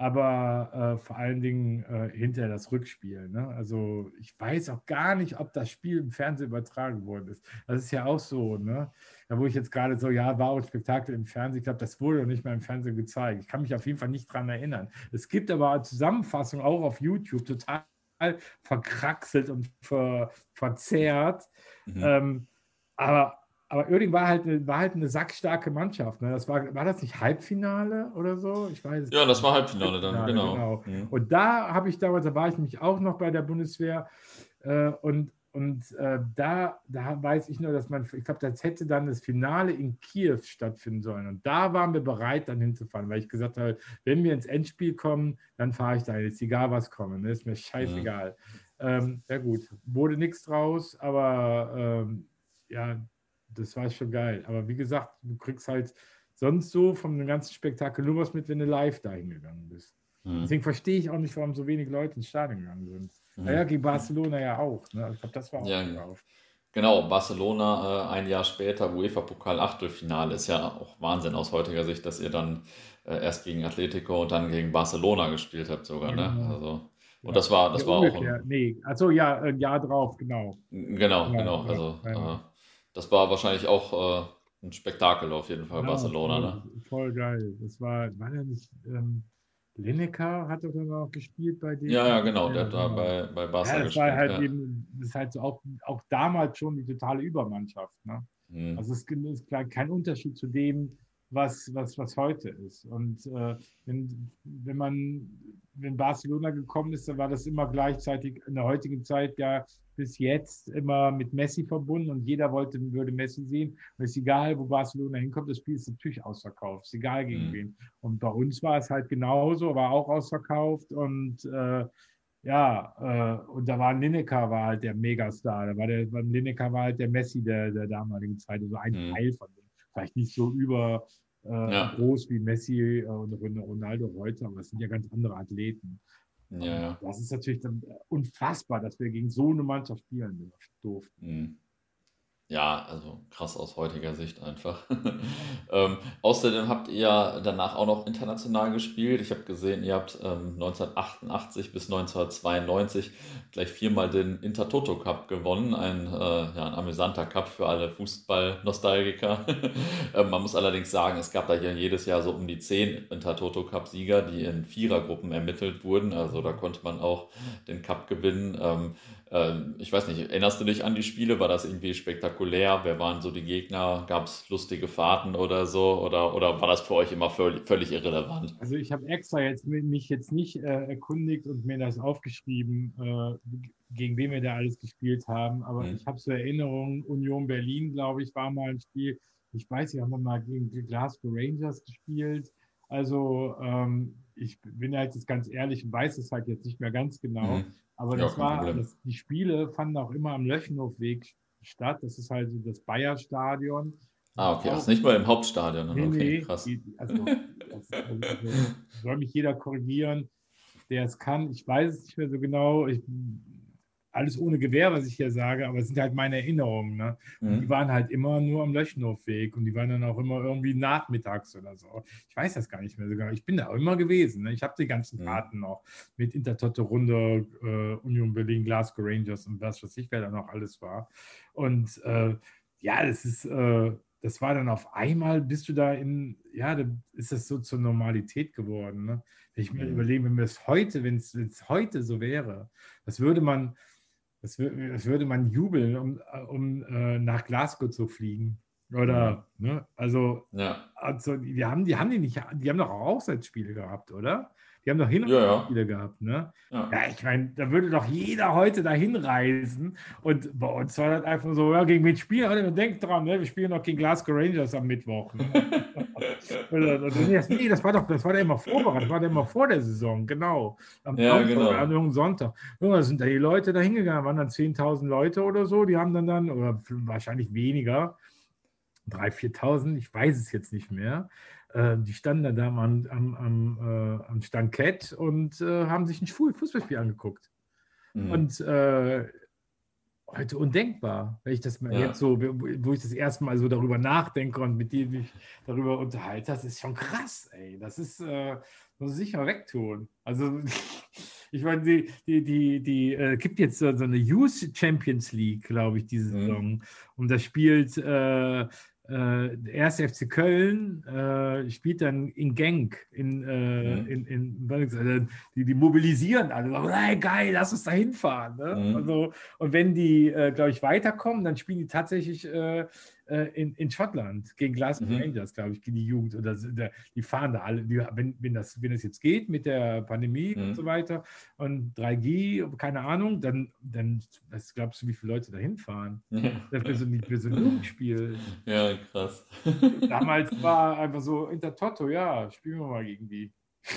A: aber äh, vor allen Dingen äh, hinterher das Rückspiel. Ne? Also ich weiß auch gar nicht, ob das Spiel im Fernsehen übertragen worden ist. Das ist ja auch so, ne? Da wo ich jetzt gerade so, ja, war auch ein Spektakel im Fernsehen. Ich glaube, das wurde noch nicht mal im Fernsehen gezeigt. Ich kann mich auf jeden Fall nicht dran erinnern. Es gibt aber eine Zusammenfassung auch auf YouTube, total verkraxelt und ver, verzerrt.
C: Mhm.
A: Ähm, aber Aber Uerdingen war halt eine, war halt eine sackstarke Mannschaft. Ne? Das war, war das nicht Halbfinale oder so? Ich weiß es
C: Ja,
A: nicht.
C: das war Halbfinale dann,
A: Halbfinale,
C: genau.
A: genau.
C: Mhm.
A: Und da habe ich damals, da war ich nämlich auch noch bei der Bundeswehr äh, und, und äh, da, da weiß ich nur, dass man, ich glaube, das hätte dann das Finale in Kiew stattfinden sollen. Und da waren wir bereit, dann hinzufahren, weil ich gesagt habe, wenn wir ins Endspiel kommen, dann fahre ich da hin. Ist egal, was kommt. Ne? Ist mir scheißegal. Mhm. Ähm, ja gut, wurde nichts draus, aber ähm, ja, das war schon geil. Aber wie gesagt, du kriegst halt sonst so von dem ganzen Spektakel nur was mit, wenn du live dahin gegangen bist. Mhm. Deswegen verstehe ich auch nicht, warum so wenig Leute ins Stadion gegangen sind. Mhm. Naja, gegen Barcelona ja auch. Ne? Ich glaube, das war auch
C: ja,
A: drauf.
C: Genau, Barcelona äh, ein Jahr später, UEFA-Pokal-Achtelfinale, ist ja auch Wahnsinn aus heutiger Sicht, dass ihr dann äh, erst gegen Atletico und dann gegen Barcelona gespielt habt sogar.
A: Ja,
C: ne? Also, und das war, das
A: ja,
C: war auch
A: ein, nee, also ja, ein Jahr drauf, genau.
C: Genau,
A: ja,
C: genau.
A: Ja,
C: also
A: ja.
C: äh, das war wahrscheinlich auch äh, ein Spektakel auf jeden Fall,
A: ja,
C: Barcelona.
A: Voll,
C: ne?
A: voll geil. Das war, war der nicht, ähm, Lineker hat doch dann auch gespielt bei denen.
C: Ja, ja, genau,
A: ja,
C: der hat da
A: genau.
C: bei, bei Barca
A: ja, das
C: gespielt.
A: war halt
C: ja.
A: eben, das ist halt so auch, auch damals schon die totale Übermannschaft. Ne?
C: Hm.
A: Also es ist kein Unterschied zu dem, was, was, was heute ist. Und äh, wenn, wenn man, wenn Barcelona gekommen ist, dann war das immer gleichzeitig in der heutigen Zeit ja bis jetzt immer mit Messi verbunden und jeder wollte, würde Messi sehen. Und es ist egal, wo Barcelona hinkommt, das Spiel ist natürlich ausverkauft, ist egal gegen hm. wen. Und bei uns war es halt genauso, war auch ausverkauft und äh, ja, äh, und da war Lineker war halt der Megastar. Da war der, Lineker war halt der Messi der, der damaligen Zeit, also ein hm. Teil von dem. Vielleicht nicht so über äh, ja. groß wie Messi und Ronaldo heute, aber das sind ja ganz andere Athleten.
C: Ja, ja.
A: Das ist natürlich dann unfassbar, dass wir gegen so eine Mannschaft spielen durften.
C: Mhm. Ja, also krass aus heutiger Sicht einfach. ähm, außerdem habt ihr ja danach auch noch international gespielt. Ich habe gesehen, ihr habt ähm, neunzehnhundertachtundachtzig bis neunzehnhundertzweiundneunzig gleich viermal den Intertoto Cup gewonnen. Ein, äh, ja, ein amüsanter Cup für alle Fußball-Nostalgiker. ähm, man muss allerdings sagen, es gab da hier jedes Jahr so um die zehn Intertoto Cup-Sieger, die in Vierergruppen ermittelt wurden. Also da konnte man auch den Cup gewinnen. Ähm, ähm, ich weiß nicht, erinnerst du dich an die Spiele? War das irgendwie spektakulär? Wer waren so die Gegner? Gab es lustige Fahrten oder so? Oder, oder war das für euch immer völlig, völlig irrelevant?
A: Also ich habe extra jetzt mi- mich jetzt nicht äh, erkundigt und mir das aufgeschrieben, äh, gegen wen wir da alles gespielt haben. Aber
C: Hm.
A: ich habe so Erinnerungen, Union Berlin, glaube ich, war mal ein Spiel. Ich weiß nicht, haben wir mal gegen die Glasgow Rangers gespielt. Also ähm, ich bin halt jetzt ganz ehrlich und weiß es halt jetzt nicht mehr ganz genau.
C: Mhm.
A: Aber
C: Ja,
A: das
C: kein
A: war,
C: Problem.
A: das, die Spiele fanden auch immer am Löchenhofweg statt. Das ist halt so das Bayer-Stadion.
C: Ah, okay. Ach,
A: Auch
C: ist nicht mal im Hauptstadion.
A: Nee,
C: Okay,
A: nee,
C: krass.
A: die- also, das, also, also soll mich jeder korrigieren, der es kann. Ich weiß es nicht mehr so genau. Ich, alles ohne Gewehr, was ich hier sage, aber es sind halt meine Erinnerungen. Ne? Und die
C: Mhm.
A: waren halt immer nur am Löchenhofweg und die waren dann auch immer irgendwie nachmittags oder so. Ich weiß das gar nicht mehr so genau. Ich bin da auch immer gewesen. Ne? Ich habe die ganzen
C: Mhm.
A: Karten noch mit Intertoto-Runde, äh, Union Berlin, Glasgow Rangers und was weiß ich, wer da noch alles war. Und äh, ja, das ist, äh, das war dann auf einmal, bist du da in, ja, da ist das so zur Normalität geworden. Ne? Wenn ich mir
C: Mhm.
A: überlege, wenn es heute, wenn es heute so wäre, das würde man, das, wür- das würde man jubeln, um, um äh, nach Glasgow zu fliegen. Oder, ne? Also,
C: Ja.
A: also die haben, die haben die nicht, die haben doch auch Auswärtsspiele gehabt, oder? Die haben doch Hin- und
C: Ja, ja.
A: Rückspiele gehabt, ne?
C: Ja.
A: Ja, ich meine, da würde doch jeder heute dahin reisen. Und bei uns war das einfach so, ja, gegen wen spielen wir? Denkt dran, ne? Wir spielen noch gegen Glasgow Rangers am Mittwoch. Ne? Oder, oder, nee, das, nee, das war doch, das war der immer vorbereitet, das war der immer vor der Saison, genau. Am
C: Ja,
A: Samstag
C: genau.
A: oder an irgendeinem Sonntag. Irgendwann sind da die Leute da hingegangen, waren dann zehntausend Leute oder so, die haben dann dann, oder wahrscheinlich weniger, dreitausend, viertausend, ich weiß es jetzt nicht mehr. Äh, die standen dann da am, am, am, äh, am Stankett und äh, haben sich ein Fu- Fußballspiel angeguckt.
C: Mhm.
A: Und äh, heute undenkbar, wenn ich das mal
C: Ja.
A: jetzt so, wo ich das erste Mal so darüber nachdenke und mit dir mich darüber unterhalte, das ist schon krass, ey. Das ist, äh, muss ich sicher wegtun. Also, ich meine, die, die, die, die äh, gibt jetzt so, so eine Youth Champions League, glaube ich, diese
C: Mhm.
A: Saison. Und da spielt äh, äh, der erste F C Köln, äh, spielt dann in Genk, in, äh,
C: Mhm.
A: in, in, also die, die mobilisieren alle. Sagen, hey, geil, lass uns da hinfahren. Ne?
C: Mhm.
A: Also, und wenn die, äh, glaube ich, weiterkommen, dann spielen die tatsächlich äh, äh, in, in Schottland gegen Glasgow
C: Mhm.
A: Rangers, glaube ich, gegen die Jugend. Oder so, der, die fahren da alle, die, wenn, wenn, das, wenn das jetzt geht mit der Pandemie
C: Mhm.
A: und so weiter und drei G, keine Ahnung, dann, dann was glaubst du, wie viele Leute da hinfahren?
C: Ja.
A: Für so, ein- für so ein Jugendspiel.
C: Ja, krass.
A: Damals war einfach so Intertoto, ja, spielen wir mal gegen die.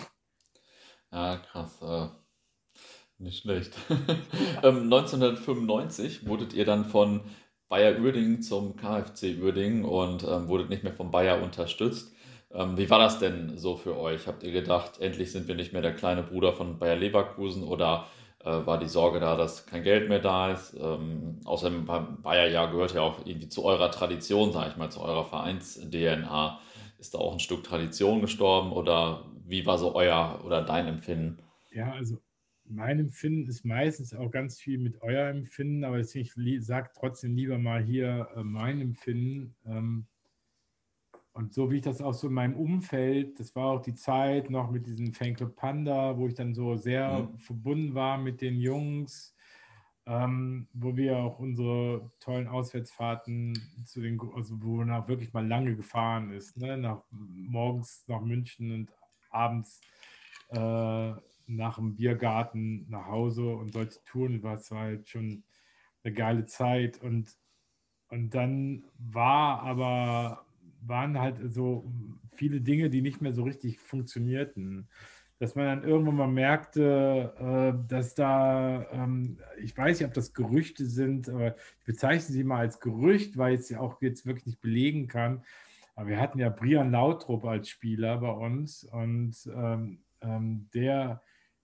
C: Ja, krass. Äh, nicht schlecht. ähm, neunzehnhundertfünfundneunzig wurdet ihr dann von Bayer Uerdingen zum KfC Uerdingen und ähm, wurdet nicht mehr von Bayer unterstützt. Ähm, wie war das denn so für euch? Habt ihr gedacht, endlich sind wir nicht mehr der kleine Bruder von Bayer Leverkusen oder äh, war die Sorge da, dass kein Geld mehr da ist? Ähm, außerdem Bayer ja gehört ja auch irgendwie zu eurer Tradition, sage ich mal, zu eurer Vereins-D N A. Ist da auch ein Stück Tradition gestorben oder wie war so euer oder dein Empfinden?
A: Ja, also mein Empfinden ist meistens auch ganz viel mit euer Empfinden, aber ich sage trotzdem lieber mal hier äh, mein Empfinden. Ähm, und so wie ich das auch so in meinem Umfeld, das war auch die Zeit noch mit diesem Fanclub Panda, wo ich dann so sehr
C: Mhm.
A: verbunden war mit den Jungs, ähm, wo wir auch unsere tollen Auswärtsfahrten zu den, also wo man auch wirklich mal lange gefahren ist, ne? Nach, morgens nach München und abends äh, nach dem Biergarten nach Hause und solche Touren, war es halt schon eine geile Zeit. Und, und dann war aber, waren halt so viele Dinge, die nicht mehr so richtig funktionierten. Dass man dann irgendwann mal merkte, äh, dass da, ähm, ich weiß nicht, ob das Gerüchte sind, aber ich bezeichne sie mal als Gerücht, weil ich es ja auch jetzt wirklich nicht belegen kann. Aber wir hatten ja Brian Lautrup als Spieler bei uns und ähm, ähm, der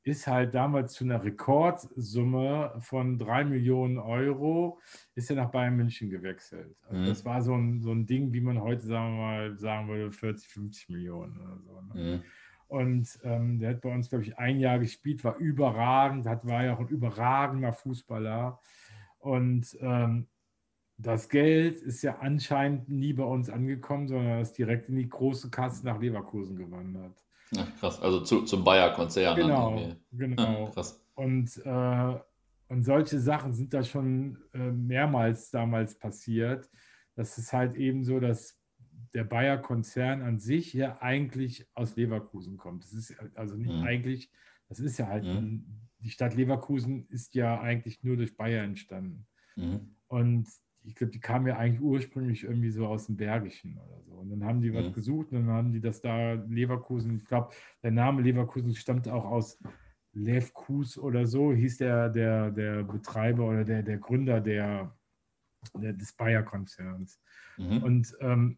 A: ist halt damals zu einer Rekordsumme von drei Millionen Euro, ist er nach Bayern München gewechselt. Also
C: Mhm.
A: das war so ein, so ein Ding, wie man heute sagen wir mal sagen würde, vierzig, fünfzig Millionen oder so. Ne?
C: Mhm.
A: Und ähm, der hat bei uns, glaube ich, ein Jahr gespielt, war überragend, hat, war ja auch ein überragender Fußballer. Und ähm, das Geld ist ja anscheinend nie bei uns angekommen, sondern ist direkt in die große Kasse nach Leverkusen gewandert.
C: Ach, krass, also zu, zum Bayer-Konzern dann
A: Genau,
C: irgendwie.
A: genau.
C: Krass.
A: Und, äh, und solche Sachen sind da schon äh, mehrmals damals passiert. Das ist halt eben so, dass der Bayer-Konzern an sich ja eigentlich aus Leverkusen kommt. Das ist also nicht
C: Mhm.
A: eigentlich, das ist ja halt,
C: Mhm.
A: ein, die Stadt Leverkusen ist ja eigentlich nur durch Bayer entstanden.
C: Mhm.
A: Und ich glaube, die kamen ja eigentlich ursprünglich irgendwie so aus dem Bergischen oder so. Und dann haben die was
C: Mhm.
A: gesucht und dann haben die das da Leverkusen, ich glaube, der Name Leverkusen stammt auch aus Levkus oder so, hieß der, der, der Betreiber oder der, der Gründer der, der, des Bayer-Konzerns.
C: Mhm.
A: Und, ähm,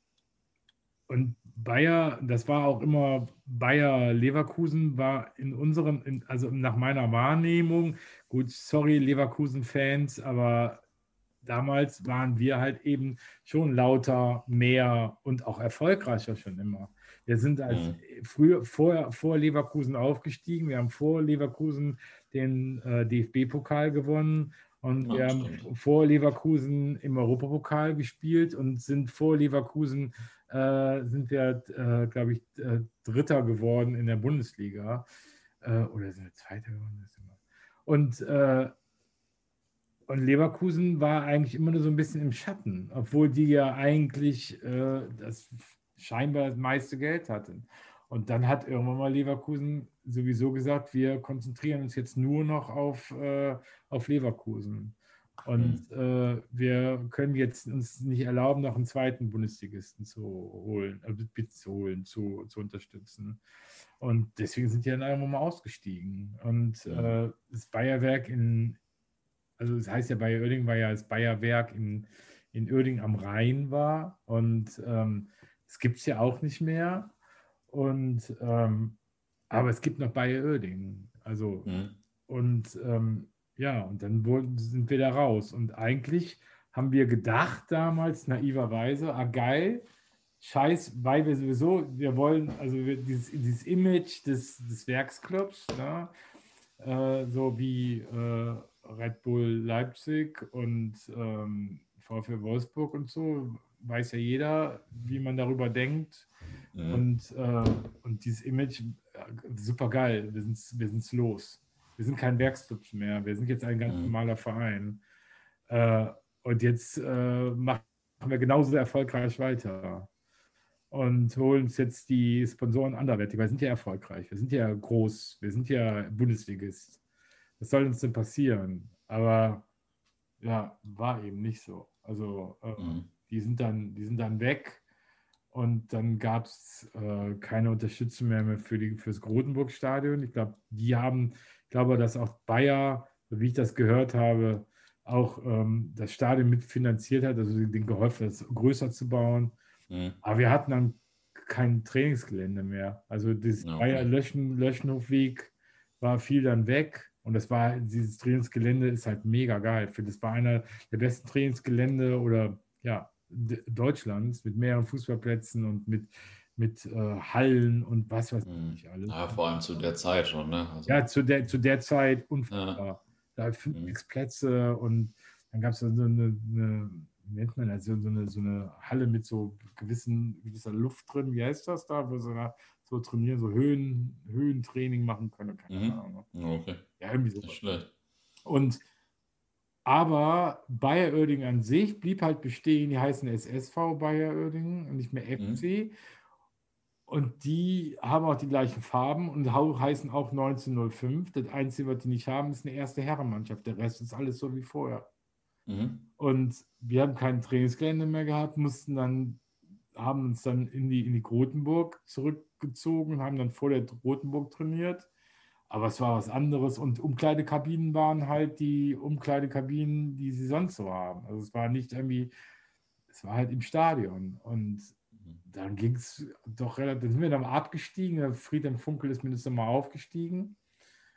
A: und Bayer, das war auch immer, Bayer Leverkusen war in unserem, in, also nach meiner Wahrnehmung, gut, sorry Leverkusen-Fans, aber damals waren wir halt eben schon lauter, mehr und auch erfolgreicher schon immer. Wir sind als
C: Mhm.
A: früher, vor, vor Leverkusen aufgestiegen. Wir haben vor Leverkusen den äh, D F B-Pokal gewonnen und
C: Ja,
A: wir haben
C: stimmt.
A: vor Leverkusen im Europapokal gespielt und sind vor Leverkusen, äh, sind wir, äh, glaube ich, äh, Dritter geworden in der Bundesliga. Äh, oder sind wir Zweiter geworden? Und äh, und Leverkusen war eigentlich immer nur so ein bisschen im Schatten, obwohl die ja eigentlich äh, das scheinbar das meiste Geld hatten. Und dann hat irgendwann mal Leverkusen sowieso gesagt, wir konzentrieren uns jetzt nur noch auf, äh, auf Leverkusen. Und
C: Mhm.
A: äh, wir können jetzt uns nicht erlauben, noch einen zweiten Bundesligisten zu holen, äh, zu holen, zu, zu unterstützen. Und deswegen sind die dann irgendwann mal ausgestiegen. Und
C: Mhm.
A: äh, das Bayerwerk in, also es heißt ja Bayer Oerding, weil ja das Bayerwerk in, in Oerding am Rhein war und ähm, das gibt es ja auch nicht mehr. Und ähm, aber es gibt noch Bayer Oerding. Also
C: Mhm.
A: und ähm, ja, und dann wurden, sind wir da raus. Und eigentlich haben wir gedacht damals naiverweise, ah geil, scheiß, weil wir sowieso, wir wollen, also wir, dieses, dieses Image des, des Werksclubs, ne? Äh, so wie äh, Red Bull Leipzig und ähm, VfL Wolfsburg und so, weiß ja jeder, wie man darüber denkt.
C: Mhm.
A: Und, äh, und dieses Image, äh, super geil, wir sind wir sind's los. Wir sind kein Werksclub mehr, wir sind jetzt ein ganz
C: Mhm.
A: normaler Verein. Äh, und jetzt äh, machen wir genauso erfolgreich weiter und holen uns jetzt die Sponsoren anderweitig. Wir sind ja erfolgreich, wir sind ja groß, wir sind ja Bundesligist. Was soll uns denn passieren? Aber ja, war eben nicht so. Also äh,
C: Mhm.
A: die sind dann, die sind dann weg und dann gab es äh, keine Unterstützung mehr, mehr für, die, für das Grotenburg-Stadion. Ich glaube, die haben, ich glaube, dass auch Bayer, so wie ich das gehört habe, auch ähm, das Stadion mitfinanziert hat, also den geholfen, das größer zu bauen.
C: Mhm.
A: Aber wir hatten dann kein Trainingsgelände mehr. Also das
C: Ja,
A: Bayer
C: okay.
A: Löschen, Löschenhofweg war viel dann weg. Und das war, dieses Trainingsgelände ist halt mega geil. Ich finde, das war einer der besten Trainingsgelände oder ja, D- Deutschlands mit mehreren Fußballplätzen und mit, mit äh, Hallen und was weiß
C: Mhm.
A: ich alles.
C: Ja, vor allem zu der Zeit schon, ne? Also,
A: Ja, zu der, zu der Zeit
C: ja.
A: unfassbar. Da hat fünf,
C: Mhm.
A: sechs Plätze und dann gab es so eine, eine, wie nennt man das, so eine, so eine Halle mit so gewissen, gewisser Luft drin. Wie heißt das da, wo sie da so trainieren, so Höhen, Höhentraining machen können? Keine
C: Mhm.
A: Ahnung.
C: Ja, okay.
A: Ja, irgendwie
C: Nicht
A: sowas.
C: schlecht.
A: Und aber Bayer Oerding an sich blieb halt bestehen. Die heißen S S V Bayer Oerding und nicht mehr
C: Mhm.
A: F C. Und die haben auch die gleichen Farben und hau- heißen auch neunzehnhundertfünf. Das Einzige, was die nicht haben, ist eine erste Herrenmannschaft. Der Rest ist alles so wie vorher.
C: Mhm.
A: Und wir haben kein Trainingsgelände mehr gehabt, mussten dann, haben uns dann in die, in die Grotenburg zurückgezogen und haben dann vor der Grotenburg trainiert. Aber es war was anderes und Umkleidekabinen waren halt die Umkleidekabinen, die sie sonst so haben. Also es war nicht irgendwie, es war halt im Stadion. Und
C: Mhm.
A: dann ging es doch relativ, dann sind wir dann abgestiegen. Der Friedhelm Funkel ist mindestens mal aufgestiegen.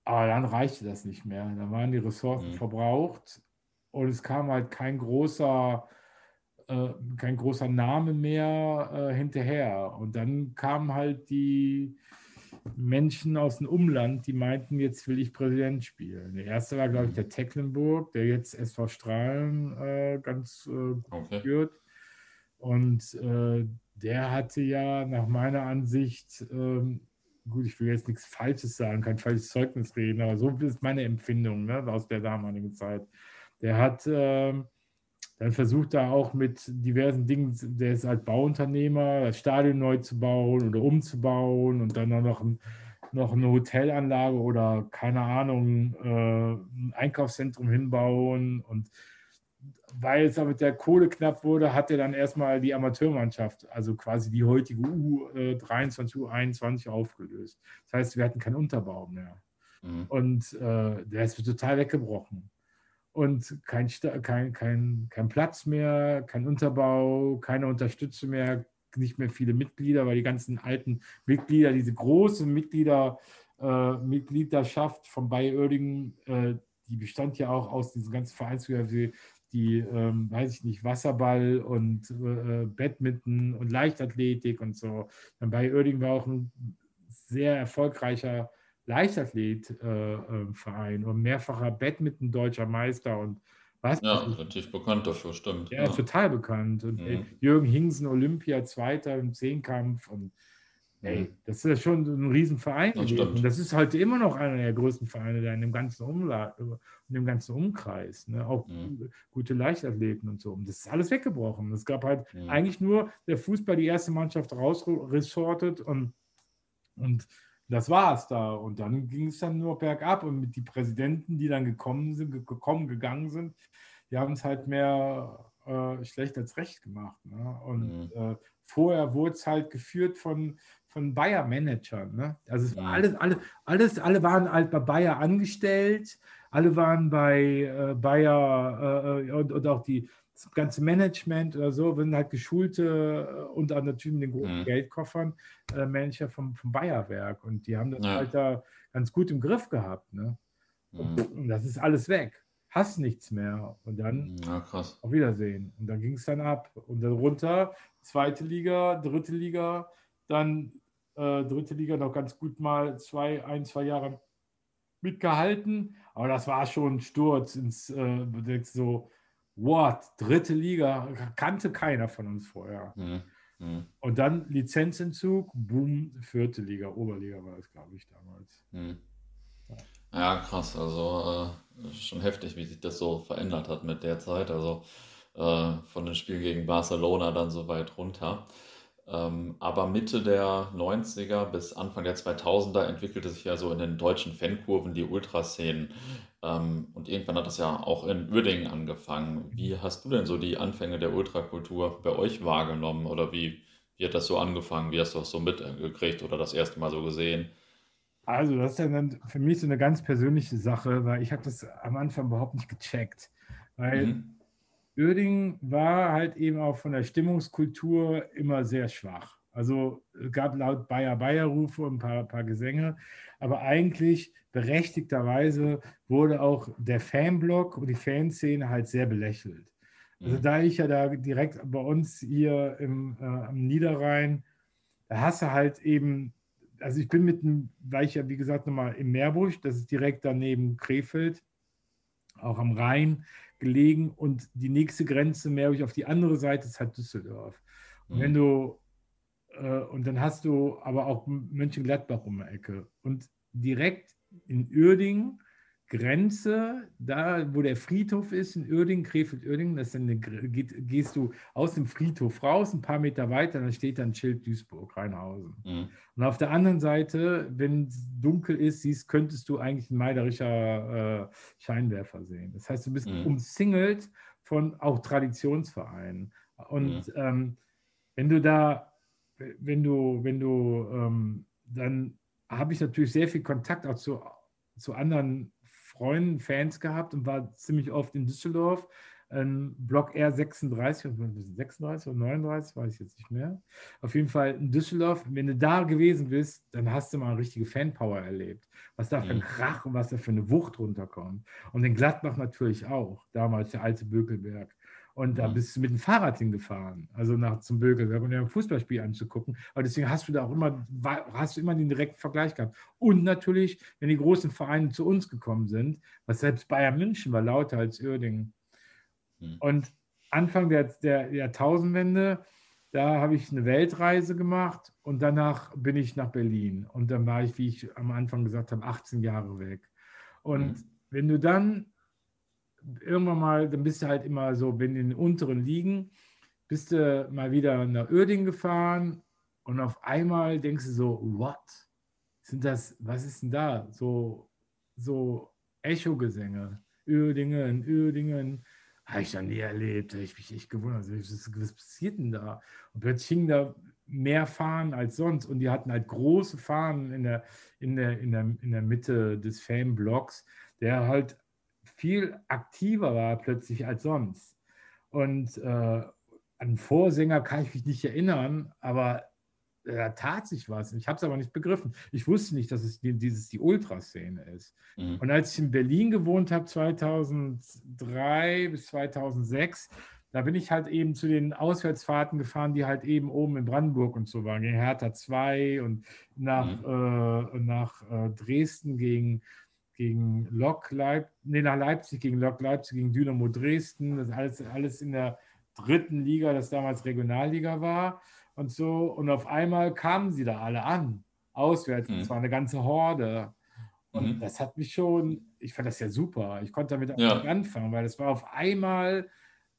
A: Aber dann reichte das nicht mehr. Dann waren die Ressourcen
C: Mhm.
A: verbraucht und es kam halt kein großer, äh, kein großer Name mehr äh, hinterher. Und dann kamen halt die Menschen aus dem Umland, die meinten, jetzt will ich Präsident spielen. Der erste war, glaube ich, der Tecklenburg, der jetzt S V Strahlen äh, ganz äh, gut
C: Okay.
A: führt. Und äh, der hatte ja nach meiner Ansicht, ähm, gut, ich will jetzt nichts Falsches sagen, kein falsches Zeugnis reden, aber so ist meine Empfindung, ne, aus der damaligen Zeit. Der hat ähm, dann versucht da auch mit diversen Dingen, der ist halt Bauunternehmer, das Stadion neu zu bauen oder umzubauen und dann auch noch, ein, noch eine Hotelanlage oder keine Ahnung, äh, ein Einkaufszentrum hinbauen. Und weil es aber mit der Kohle knapp wurde, hat er dann erstmal die Amateurmannschaft, also quasi die heutige U dreiundzwanzig, U einundzwanzig aufgelöst. Das heißt, wir hatten keinen Unterbau mehr.
C: Mhm.
A: Und äh, der ist total weggebrochen. Und kein, kein, kein, kein Platz mehr, kein Unterbau, keine Unterstützung mehr, nicht mehr viele Mitglieder, weil die ganzen alten Mitglieder, diese große Mitglieder, äh, Mitgliedschaft von Bayer Oerdingen, äh, die bestand ja auch aus diesen ganzen Vereinsführern, die, die ähm, weiß ich nicht, Wasserball und äh, Badminton und Leichtathletik und so. Dann Bayer Oerdingen war auch ein sehr erfolgreicher Leichtathlet-Verein äh, und mehrfacher Badminton-deutscher Meister und was?
C: Ja, relativ bekannt dafür, stimmt.
A: Ja, ja. Total bekannt. Und
C: Mhm.
A: Jürgen Hingsen, Olympia, Zweiter im Zehnkampf. Und ey,
C: Mhm.
A: das ist ja schon ein Riesenverein
C: Das
A: gewesen.
C: stimmt.
A: Und das ist heute immer noch einer der größten Vereine da in dem ganzen, Umla in dem ganzen Umkreis. Ne? Auch
C: Mhm.
A: gute Leichtathleten und so. Und das ist alles weggebrochen. Es gab halt
C: Mhm.
A: eigentlich nur der Fußball, die erste Mannschaft rausresortet und, und das war es da. Und dann ging es dann nur bergab. Und mit die Präsidenten, die dann gekommen sind, gekommen, gegangen sind, die haben es halt mehr äh, schlecht als recht gemacht. Ne? Und
C: Mhm.
A: äh, vorher wurde es halt geführt von, von Bayer-Managern. Ne? Also es war
C: Mhm.
A: alles, alles, alles, alle waren halt bei Bayer angestellt, alle waren bei äh, Bayer äh, und, und auch die, das ganze Management oder so, wenn halt geschulte und auch natürlich mit den großen
C: Mhm.
A: Geldkoffern äh, Manager vom, vom Bayer-Werk. Und die haben das
C: Ja.
A: halt da ganz gut im Griff gehabt. Ne? Und,
C: Mhm.
A: und das ist alles weg. Hast nichts mehr. Und dann
C: Ja, krass.
A: auf Wiedersehen. Und dann ging es dann ab. Und dann runter, zweite Liga, dritte Liga, dann äh, dritte Liga noch ganz gut mal zwei, ein, zwei Jahre mitgehalten. Aber das war schon ein Sturz ins, äh, du denkst so, what, dritte Liga, kannte keiner von uns vorher.
C: Mhm. Mhm.
A: Und dann Lizenzentzug, boom, vierte Liga, Oberliga war das, glaube ich, damals.
C: Mhm. Ja, krass. Also äh, schon heftig, wie sich das so verändert hat mit der Zeit. Also äh, von den Spielen gegen Barcelona dann so weit runter. Ähm, aber Mitte der neunziger bis Anfang der zweitausender entwickelte sich ja so in den deutschen Fankurven die Ultraszenen. Ähm, und irgendwann hat das ja auch in Uerdingen angefangen. Wie hast du denn so die Anfänge der Ultrakultur bei euch wahrgenommen? Oder wie, wie hat das so angefangen? Wie hast du das so mitgekriegt oder das erste Mal so gesehen?
A: Also, das ist ja dann für mich so eine ganz persönliche Sache, weil ich habe das am Anfang überhaupt nicht gecheckt. Weil
C: Mhm.
A: Uerdingen war halt eben auch von der Stimmungskultur immer sehr schwach. Also es gab laut Bayer-Bayer-Rufe und ein paar, paar Gesänge, aber eigentlich berechtigterweise wurde auch der Fanblock und die Fanszene halt sehr belächelt. Also
C: Mhm.
A: da ich ja da direkt bei uns hier im, äh, am Niederrhein, da hast du halt eben, also ich bin mit dem, weil ich ja wie gesagt nochmal im Meerbusch, das ist direkt daneben Krefeld, auch am Rhein gelegen und die nächste Grenze Meerbusch auf die andere Seite ist halt Düsseldorf. Und wenn
C: Mhm.
A: du, äh, und dann hast du aber auch Mönchengladbach um die Ecke und direkt in Uerdingen Grenze, da wo der Friedhof ist, in Uerdingen, Krefeld-Uerdingen, das ist dann eine, geht, gehst du aus dem Friedhof raus, ein paar Meter weiter, dann steht dann Schild Duisburg, Rheinhausen.
C: Mhm.
A: Und auf der anderen Seite, wenn es dunkel ist, siehst, könntest du eigentlich ein meiderischer äh, Scheinwerfer sehen. Das heißt, du bist
C: Mhm.
A: umsingelt von auch Traditionsvereinen. Und
C: Mhm.
A: ähm, wenn du da, wenn du, wenn du ähm, dann habe ich natürlich sehr viel Kontakt auch zu, zu anderen Freunden, Fans gehabt und war ziemlich oft in Düsseldorf, ein Block R sechsunddreißig, sechsunddreißig oder neununddreißig, weiß ich jetzt nicht mehr. Auf jeden Fall in Düsseldorf. Wenn du da gewesen bist, dann hast du mal eine richtige Fanpower erlebt. Was da für ein Krach und was da für eine Wucht runterkommt. Und in Gladbach natürlich auch, damals der alte Bökelberg. Und da bist du mit dem Fahrrad hingefahren, also nach zum Bökelberg, um dir ein Fußballspiel anzugucken. Aber deswegen hast du da auch immer, hast du immer den direkten Vergleich gehabt. Und natürlich, wenn die großen Vereine zu uns gekommen sind, was selbst Bayern München war lauter als Uerdingen. Mhm. Und Anfang der, der Jahrtausendwende, da habe ich eine Weltreise gemacht und danach bin ich nach Berlin. Und dann war ich, wie ich am Anfang gesagt habe, achtzehn Jahre weg. Und mhm. wenn du dann irgendwann mal, dann bist du halt immer so, wenn in den unteren Ligen, bist du mal wieder nach Uerdingen gefahren und auf einmal denkst du so, what? Sind das, was ist denn da? So, so Echo-Gesänge. Uerdingen, Uerdingen. Habe ich noch nie erlebt. Habe ich mich echt gewundert. Was, was passiert denn da? Und plötzlich hingen da mehr Fahnen als sonst. Und die hatten halt große Fahnen in der, in der, in der, in der Mitte des Fanblocks, der halt viel aktiver war plötzlich als sonst. Und äh, an Vorsänger kann ich mich nicht erinnern, aber äh, da tat sich was. Ich habe es aber nicht begriffen. Ich wusste nicht, dass es die, dieses die Ultraszene ist. Mhm. Und als ich in Berlin gewohnt habe, zweitausenddrei bis zweitausendsechs, da bin ich halt eben zu den Auswärtsfahrten gefahren, die halt eben oben in Brandenburg und so waren, gegen Hertha zwei und nach, mhm. äh, nach äh, Dresden gegen gegen Lok Leipzig, nee, nach Leipzig, gegen Lok Leipzig, gegen Dynamo Dresden, das alles, alles in der dritten Liga, das damals Regionalliga war und so. Und auf einmal kamen sie da alle an, auswärts, mhm. es war eine ganze Horde. Und mhm. das hat mich schon, ich fand das ja super, ich konnte damit auch ja. nicht anfangen, weil es war auf einmal,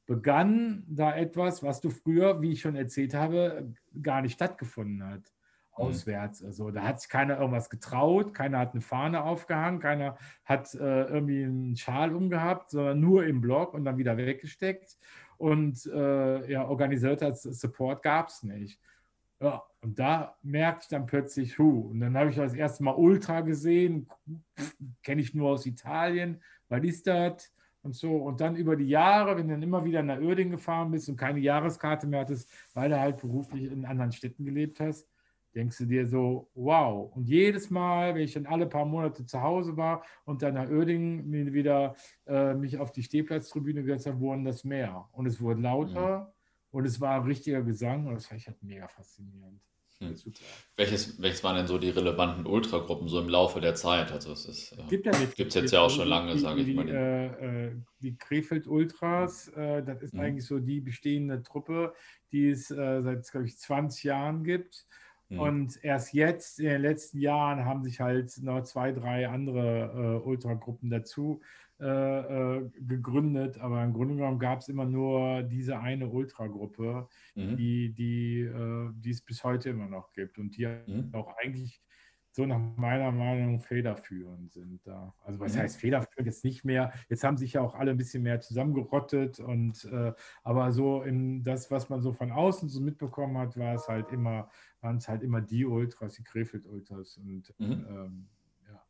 A: begann da etwas, was du früher, wie ich schon erzählt habe, gar nicht stattgefunden hat. Auswärts. Also da hat sich keiner irgendwas getraut, keiner hat eine Fahne aufgehangen, keiner hat äh, irgendwie einen Schal umgehabt, sondern nur im Block und dann wieder weggesteckt. Und äh, ja, organisierter Support gab es nicht. Ja, und da merkte ich dann plötzlich, hu, und dann habe ich das erste Mal Ultra gesehen, kenne ich nur aus Italien, was ist das? Und so, und dann über die Jahre, wenn du dann immer wieder nach Uerdingen gefahren bist und keine Jahreskarte mehr hattest, weil du halt beruflich in anderen Städten gelebt hast, denkst du dir so, wow. Und jedes Mal, wenn ich dann alle paar Monate zu Hause war und dann nach Uerdingen mir wieder äh, mich auf die Stehplatztribüne gesetzt habe, wurden das mehr. Und es wurde lauter mhm. und es war ein richtiger Gesang und das fand ich halt mega faszinierend.
C: Hm. Welches, welches waren denn so die relevanten Ultragruppen so im Laufe der Zeit? Also es ist, äh, gibt es ja jetzt ja auch schon lange, sage ich mal.
A: Die, äh, die Krefeld Ultras, äh, das ist mhm. eigentlich so die bestehende Truppe, die es äh, seit, glaube ich, zwanzig Jahren gibt. Und erst jetzt, in den letzten Jahren, haben sich halt noch zwei, drei andere äh, Ultragruppen dazu äh, äh, gegründet. Aber im Grunde genommen gab es immer nur diese eine Ultragruppe, mhm. die, die, äh, die es bis heute immer noch gibt. Und die mhm. auch eigentlich so nach meiner Meinung federführend sind da. Also was mhm. heißt federführend jetzt nicht mehr? Jetzt haben sich ja auch alle ein bisschen mehr zusammengerottet. Und, äh, aber so in das, was man so von außen so mitbekommen hat, war es halt immer, waren es halt immer die Ultras, die Krefeld-Ultras. Und mhm. ähm, ja,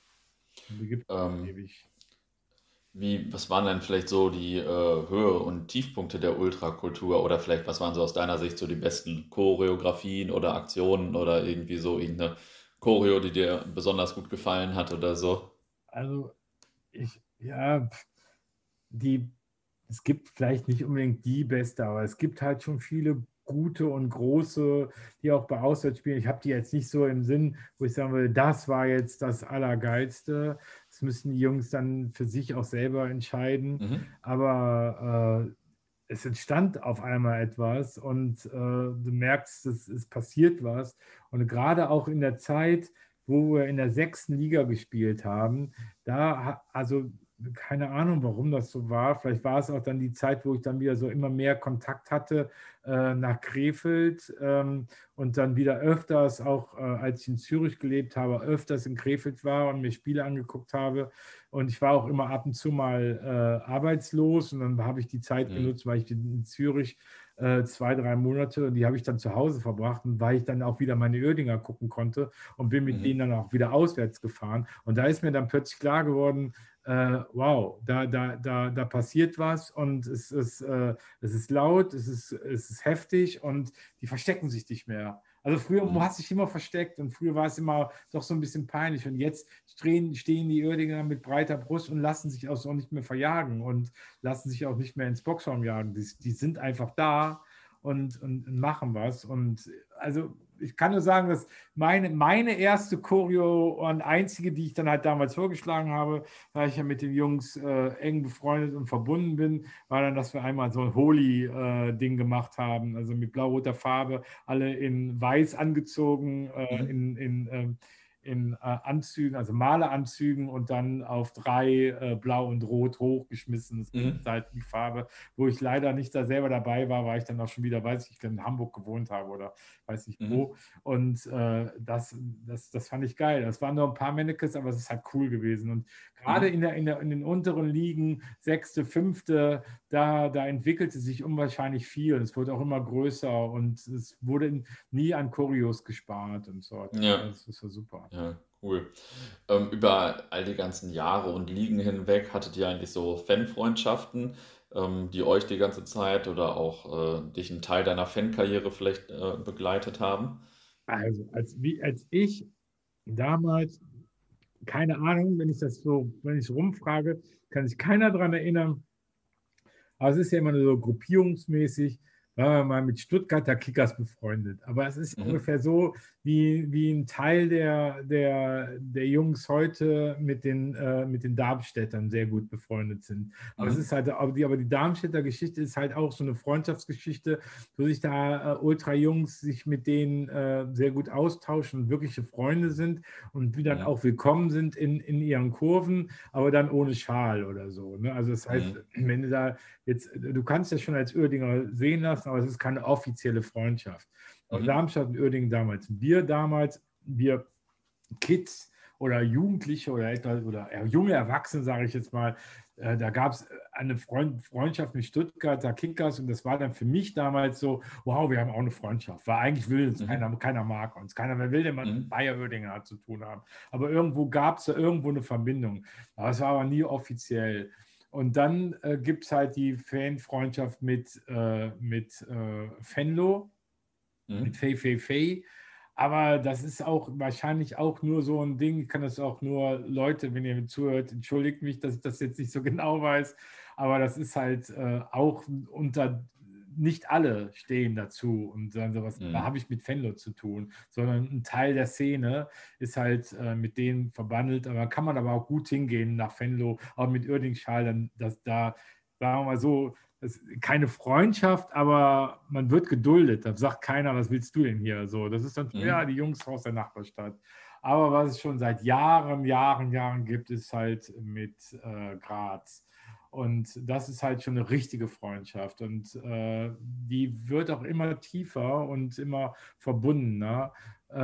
A: und die gibt es ähm, ewig.
C: Wie, was waren denn vielleicht so die äh, Höhe- und Tiefpunkte der Ultrakultur? Oder vielleicht, was waren so aus deiner Sicht so die besten Choreografien oder Aktionen oder irgendwie so irgendeine Choreo, die dir besonders gut gefallen hat oder so?
A: Also, ich, ja, die, es gibt vielleicht nicht unbedingt die beste, aber es gibt halt schon viele gute und große, die auch bei Auswärtsspielen, ich habe die jetzt nicht so im Sinn, wo ich sagen würde, das war jetzt das Allergeilste. Das müssen die Jungs dann für sich auch selber entscheiden. Mhm. Aber äh, es entstand auf einmal etwas und äh, du merkst, es, es passiert was. Und gerade auch in der Zeit, wo wir in der sechsten Liga gespielt haben, da, also keine Ahnung, warum das so war. Vielleicht war es auch dann die Zeit, wo ich dann wieder so immer mehr Kontakt hatte äh, nach Krefeld ähm, und dann wieder öfters, auch äh, als ich in Zürich gelebt habe, öfters in Krefeld war und mir Spiele angeguckt habe. Und ich war auch immer ab und zu mal äh, arbeitslos und dann habe ich die Zeit
C: Mhm.
A: genutzt, weil ich in Zürich äh, zwei, drei Monate und die habe ich dann zu Hause verbracht und weil ich dann auch wieder meine Uerdinger gucken konnte und bin mit
C: Mhm.
A: denen dann auch wieder auswärts gefahren. Und da ist mir dann plötzlich klar geworden, äh, wow, da, da, da, da passiert was und es ist, äh, es ist laut, es ist, es ist heftig und die verstecken sich nicht mehr. Also früher
C: Mhm.
A: hast du dich immer versteckt und früher war es immer doch so ein bisschen peinlich und jetzt stehen, stehen die Uerdinger mit breiter Brust und lassen sich auch so nicht mehr verjagen und lassen sich auch nicht mehr ins Boxhorn jagen. Die, die sind einfach da und, und, und machen was. Und also ich kann nur sagen, dass meine, meine erste Choreo und einzige, die ich dann halt damals vorgeschlagen habe, da ich ja mit den Jungs äh, eng befreundet und verbunden bin, war dann, dass wir einmal so ein Holy-Ding äh, gemacht haben, also mit blau-roter Farbe, alle in weiß angezogen, äh,
C: Mhm.
A: in, in, ähm, in äh, Anzügen, also Maleranzügen und dann auf drei äh, blau und rot hochgeschmissen. Das
C: Mhm.
A: ist halt die Farbe, wo ich leider nicht da selber dabei war, weil ich dann auch schon wieder, weiß ich, in Hamburg gewohnt habe oder weiß nicht
C: Mhm.
A: wo. Und äh, das, das, das fand ich geil. Das waren nur ein paar Mannekes, aber es ist halt cool gewesen. Und gerade
C: Mhm.
A: in, der, in, der, in den unteren Ligen, sechste, fünfte, da, da entwickelte sich unwahrscheinlich viel. Es wurde auch immer größer und es wurde nie an Choreos gespart und so.
C: Ja.
A: Das, das war super.
C: Ja, cool. Ähm, über all die ganzen Jahre und Ligen hinweg hattet ihr eigentlich so Fanfreundschaften, ähm, die euch die ganze Zeit oder auch äh, dich einen Teil deiner Fankarriere vielleicht äh, begleitet haben?
A: Also, als, wie, als ich damals, keine Ahnung, wenn ich das so, wenn ich rumfrage, kann sich keiner daran erinnern. Aber es ist ja immer nur so gruppierungsmäßig, waren wir mal mit Stuttgarter Kickers befreundet. Aber es ist
C: Mhm.
A: ungefähr so, wie, wie ein Teil der, der, der Jungs heute mit den, äh, mit den Darmstädtern sehr gut befreundet sind. Aber es
C: Mhm.
A: ist halt, aber die, aber die Darmstädter Geschichte ist halt auch so eine Freundschaftsgeschichte, wo sich da äh, Ultra-Jungs sich mit denen äh, sehr gut austauschen und wirkliche Freunde sind und die dann
C: Mhm.
A: auch willkommen sind in, in ihren Kurven, aber dann ohne Schal oder so. Ne? Also das heißt,
C: Mhm.
A: wenn du da jetzt, du kannst das schon als Uerdinger sehen lassen, aber es ist keine offizielle Freundschaft. Und
C: Mhm.
A: Darmstadt und Uerdingen damals, wir damals, wir Kids oder Jugendliche oder etwa oder junge Erwachsene, sage ich jetzt mal, äh, da gab es eine Freund, Freundschaft mit Stuttgarter Kickers und das war dann für mich damals so, wow, wir haben auch eine Freundschaft, weil eigentlich will uns
C: Mhm.
A: keiner, keiner mag uns, keiner, wer will denn mal mit
C: Mhm.
A: Bayer Uerdinger zu tun haben. Aber irgendwo gab es da irgendwo eine Verbindung. Aber es war aber nie offiziell. Und dann äh, gibt es halt die Fanfreundschaft mit, äh, mit äh, Venlo, mit
C: Mhm.
A: Fei Fei Fei. Aber das ist auch wahrscheinlich auch nur so ein Ding. Ich kann das auch nur, Leute, wenn ihr mir zuhört, entschuldigt mich, dass ich das jetzt nicht so genau weiß. Aber das ist halt äh, auch unter, nicht alle stehen dazu und sagen sowas, da
C: Mhm.
A: habe ich mit Venlo zu tun, sondern ein Teil der Szene ist halt äh, mit denen verbandelt. Aber kann man aber auch gut hingehen nach Venlo, auch mit Uerdingschal, dann, dass da, sagen wir mal so, das ist keine Freundschaft, aber man wird geduldet. Da sagt keiner, was willst du denn hier? So, das ist dann, ja,
C: Mhm.
A: die Jungs aus der Nachbarstadt. Aber was es schon seit Jahren, Jahren, Jahren gibt, ist halt mit äh, Graz. Und das ist halt schon eine richtige Freundschaft. Und äh, die wird auch immer tiefer und immer verbundener, äh,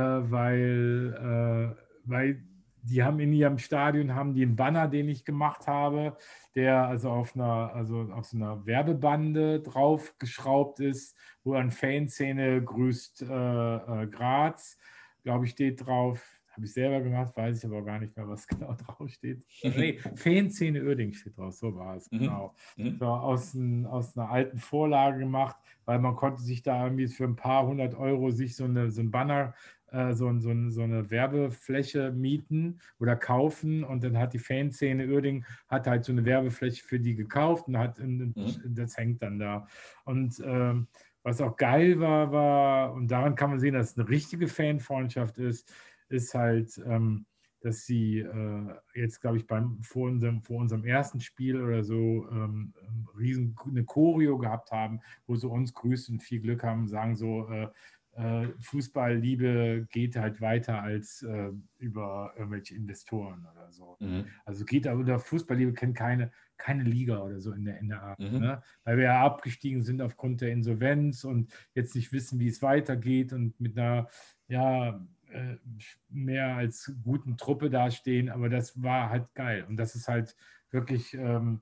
A: weil, äh, weil die haben in ihrem Stadion haben die einen Banner, den ich gemacht habe, der also auf einer, also auf so einer Werbebande draufgeschraubt ist, wo dann Fanszene grüßt äh, äh, Graz, glaube ich, steht drauf. Habe ich selber gemacht, weiß ich aber gar nicht mehr, was genau drauf steht. Nee, Fanszene Uerdingen steht drauf, so war es,
C: Mhm.
A: genau.
C: Mhm.
A: So aus, ein, aus einer alten Vorlage gemacht, weil man konnte sich da irgendwie für ein paar hundert Euro sich so, eine, so ein Banner so, so, so eine Werbefläche mieten oder kaufen und dann hat die Fanszene Uerdingen hat halt so eine Werbefläche für die gekauft und hat
C: Mhm.
A: das hängt dann da. Und ähm, was auch geil war, war, und daran kann man sehen, dass es eine richtige Fanfreundschaft ist, ist halt, ähm, dass sie äh, jetzt, glaube ich, beim, vor, unserem, vor unserem ersten Spiel oder so ähm, riesen eine Choreo gehabt haben, wo sie uns grüßen und viel Glück haben, sagen so, äh, Fußballliebe geht halt weiter als äh, über irgendwelche Investoren oder so.
C: Mhm.
A: Also geht aber unter Fußballliebe kennt keine, keine Liga oder so in der, in der Art.
C: Mhm.
A: Ne? Weil wir ja abgestiegen sind aufgrund der Insolvenz und jetzt nicht wissen, wie es weitergeht und mit einer, ja, äh, mehr als guten Truppe dastehen, aber das war halt geil. Und das ist halt wirklich ähm,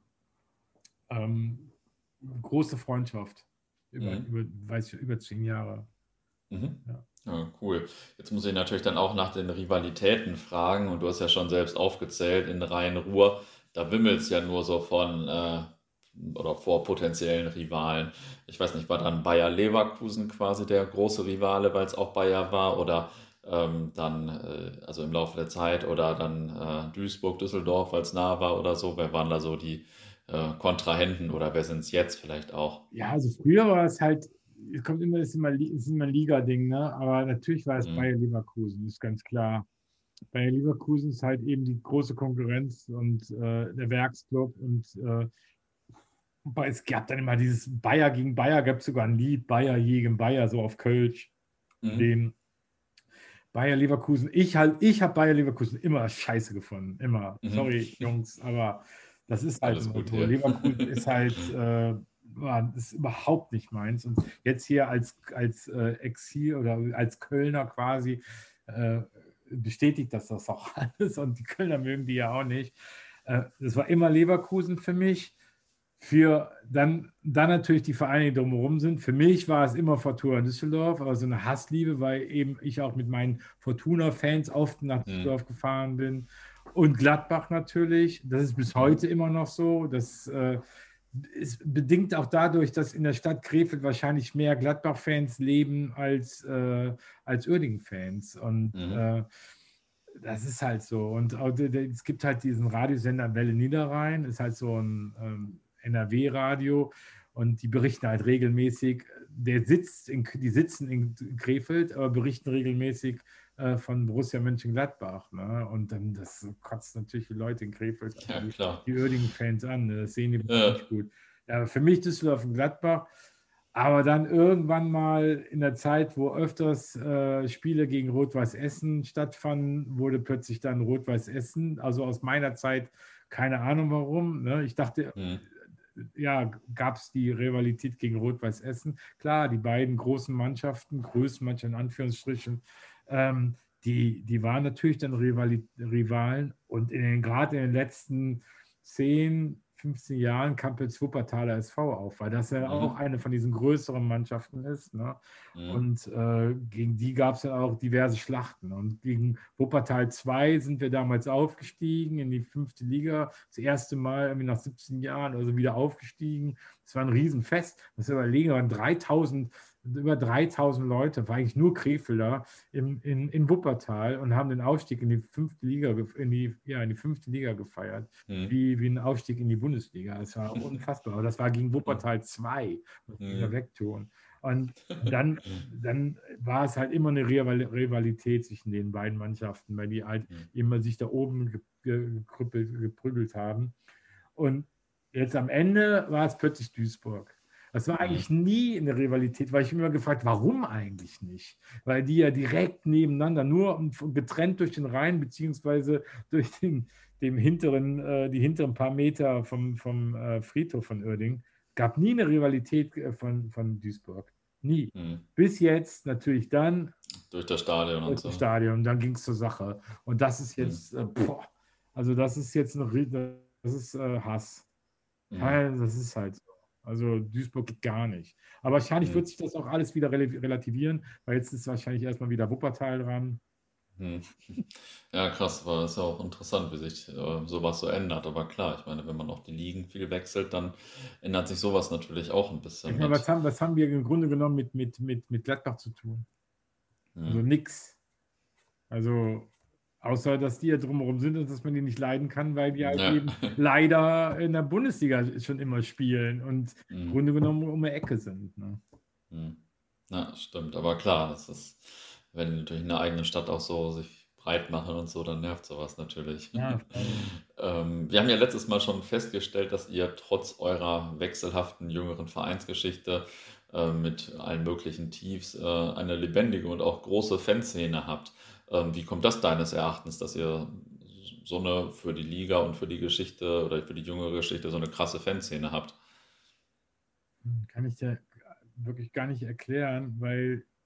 A: ähm, große Freundschaft. Über,
C: Mhm.
A: über, weiß ich, über zehn Jahre.
C: Mhm.
A: Ja.
C: Ja, cool. Jetzt muss ich natürlich dann auch nach den Rivalitäten fragen und du hast ja schon selbst aufgezählt, in Rhein-Ruhr, da wimmelt es ja nur so von äh, oder vor potenziellen Rivalen. Ich weiß nicht, war dann Bayer Leverkusen quasi der große Rivale, weil es auch Bayer war oder ähm, dann, äh, also im Laufe der Zeit oder dann äh, Duisburg, Düsseldorf, weil es nah war oder so. Wer waren da so die äh, Kontrahenten oder wer sind es jetzt vielleicht auch?
A: Ja, also früher war es halt, es kommt immer, ist immer, ist immer ein Liga-Ding, ne? Aber natürlich war es
C: Mhm.
A: Bayer Leverkusen, ist ganz klar. Bayer Leverkusen ist halt eben die große Konkurrenz und äh, der Werksclub und äh, wobei es gab dann immer dieses Bayer gegen Bayer, gab es sogar ein Lied, Bayer gegen Bayer, so auf Kölsch.
C: Mhm.
A: Den Bayer Leverkusen, ich halt, ich habe Bayer Leverkusen immer scheiße gefunden, immer.
C: Mhm.
A: Sorry, Jungs, aber das ist halt
C: Alles
A: immer
C: gut
A: so.
C: hier.
A: Leverkusen ist halt, äh, das ist überhaupt nicht meins. Und jetzt hier als, als äh, Exil oder als Kölner quasi äh, bestätigt das das auch alles. Und die Kölner mögen die ja auch nicht. Äh, das war immer Leverkusen für mich. Für dann, dann natürlich die Vereine, die drumherum sind. Für mich war es immer Fortuna Düsseldorf, aber so eine Hassliebe, weil eben ich auch mit meinen Fortuna-Fans oft nach
C: Mhm.
A: Düsseldorf gefahren bin. Und Gladbach natürlich. Das ist bis
C: Mhm.
A: heute immer noch so. Das äh, ist bedingt auch dadurch, dass in der Stadt Krefeld wahrscheinlich mehr Gladbach-Fans leben als, äh, als Uerdingen-Fans. Und
C: Mhm.
A: äh, das ist halt so. Und auch, es gibt halt diesen Radiosender Welle Niederrhein, ist halt so ein ähm, N R W-Radio und die berichten halt regelmäßig, der sitzt in, die sitzen in Krefeld, aber berichten regelmäßig äh, von Borussia Mönchengladbach. Ne? Und dann, das kotzt natürlich die Leute in Krefeld,
C: Ja,
A: die,
C: klar.
A: die Uerdingen-Fans an. Ne? Das sehen die
C: Ja.
A: nicht gut. Ja, für mich Düsseldorf und Gladbach. Aber dann irgendwann mal in der Zeit, wo öfters äh, Spiele gegen Rot-Weiß Essen stattfanden, wurde plötzlich dann Rot-Weiß Essen. Also aus meiner Zeit, keine Ahnung warum. Ne? Ich dachte,
C: Mhm.
A: ja, gab es die Rivalität gegen Rot-Weiß Essen. Klar, die beiden großen Mannschaften, größten Mannschaften in Anführungsstrichen, ähm, die, die waren natürlich dann Rivali Rivalen. Und in den, gerade in den letzten zehn, fünfzehn Jahren kam plötzlich Wuppertaler S V auf, weil das ja auch
C: Mhm.
A: eine von diesen größeren Mannschaften ist. Ne?
C: Mhm.
A: Und äh, gegen die gab es dann auch diverse Schlachten. Und gegen Wuppertal zwei sind wir damals aufgestiegen in die fünfte Liga. Das erste Mal irgendwie nach siebzehn Jahren also wieder aufgestiegen. Das war ein Riesenfest. Das überlegen, waren dreitausend, über dreitausend Leute, war eigentlich nur Krefelder in, in, in Wuppertal und haben den Aufstieg in die fünfte Liga, in die, ja, in die fünfte Liga gefeiert.
C: Mhm.
A: Wie, wie ein Aufstieg in die Bundesliga. Das war unfassbar. Aber das war gegen Wuppertal zwei, muss man wieder
C: Mhm.
A: wegtun. Und dann, dann war es halt immer eine Rivalität zwischen den beiden Mannschaften, weil die halt
C: Mhm.
A: immer sich da oben gekrüppelt, geprügelt haben. Und jetzt am Ende war es plötzlich Duisburg. Das war eigentlich
C: Mhm.
A: nie eine Rivalität, weil ich mich immer gefragt, warum eigentlich nicht? Weil die ja direkt nebeneinander, nur getrennt durch den Rhein, beziehungsweise durch den, dem hinteren, äh, die hinteren paar Meter vom, vom äh, Friedhof von Uerdingen, gab nie eine Rivalität äh, von, von Duisburg. Nie.
C: Mhm.
A: Bis jetzt natürlich dann
C: Durch das Stadion und
A: durch
C: so.
A: das Stadion, dann ging es zur Sache. Und das ist
C: Mhm.
A: jetzt, äh, boah, also das ist jetzt noch, das ist äh, Hass.
C: Mhm.
A: Ja, das ist halt so. Also Duisburg geht gar nicht. Aber wahrscheinlich
C: Mhm.
A: wird sich das auch alles wieder relativieren, weil jetzt ist wahrscheinlich erstmal wieder Wuppertal dran.
C: Mhm. Ja, krass, war es ja auch interessant, wie sich äh, sowas so ändert. Aber klar, ich meine, wenn man auch die Ligen viel wechselt, dann ändert sich sowas natürlich auch ein
A: Ich
C: bisschen
A: meine, was
C: mit.
A: haben, was haben wir im Grunde genommen mit, mit, mit, mit Gladbach zu tun? Also
C: Mhm.
A: nix. Also außer, dass die ja drumherum sind und dass man die nicht leiden kann, weil die halt
C: Ja.
A: eben leider in der Bundesliga schon immer spielen und im
C: Mhm.
A: Grunde genommen um die Ecke sind. Ne?
C: Mhm. Ja, stimmt. Aber klar, das ist, wenn die natürlich in der eigenen Stadt auch so sich breit machen und so, dann nervt sowas natürlich.
A: Ja, freilich.
C: Ähm, wir haben ja letztes Mal schon festgestellt, dass ihr trotz eurer wechselhaften jüngeren Vereinsgeschichte äh, mit allen möglichen Tiefs äh, eine lebendige und auch große Fanszene habt. Ähm, wie kommt das deines Erachtens, dass ihr so eine für die Liga und für die Geschichte oder für die jüngere Geschichte so eine krasse Fanszene habt?
A: Kann ich dir wirklich gar nicht erklären, weil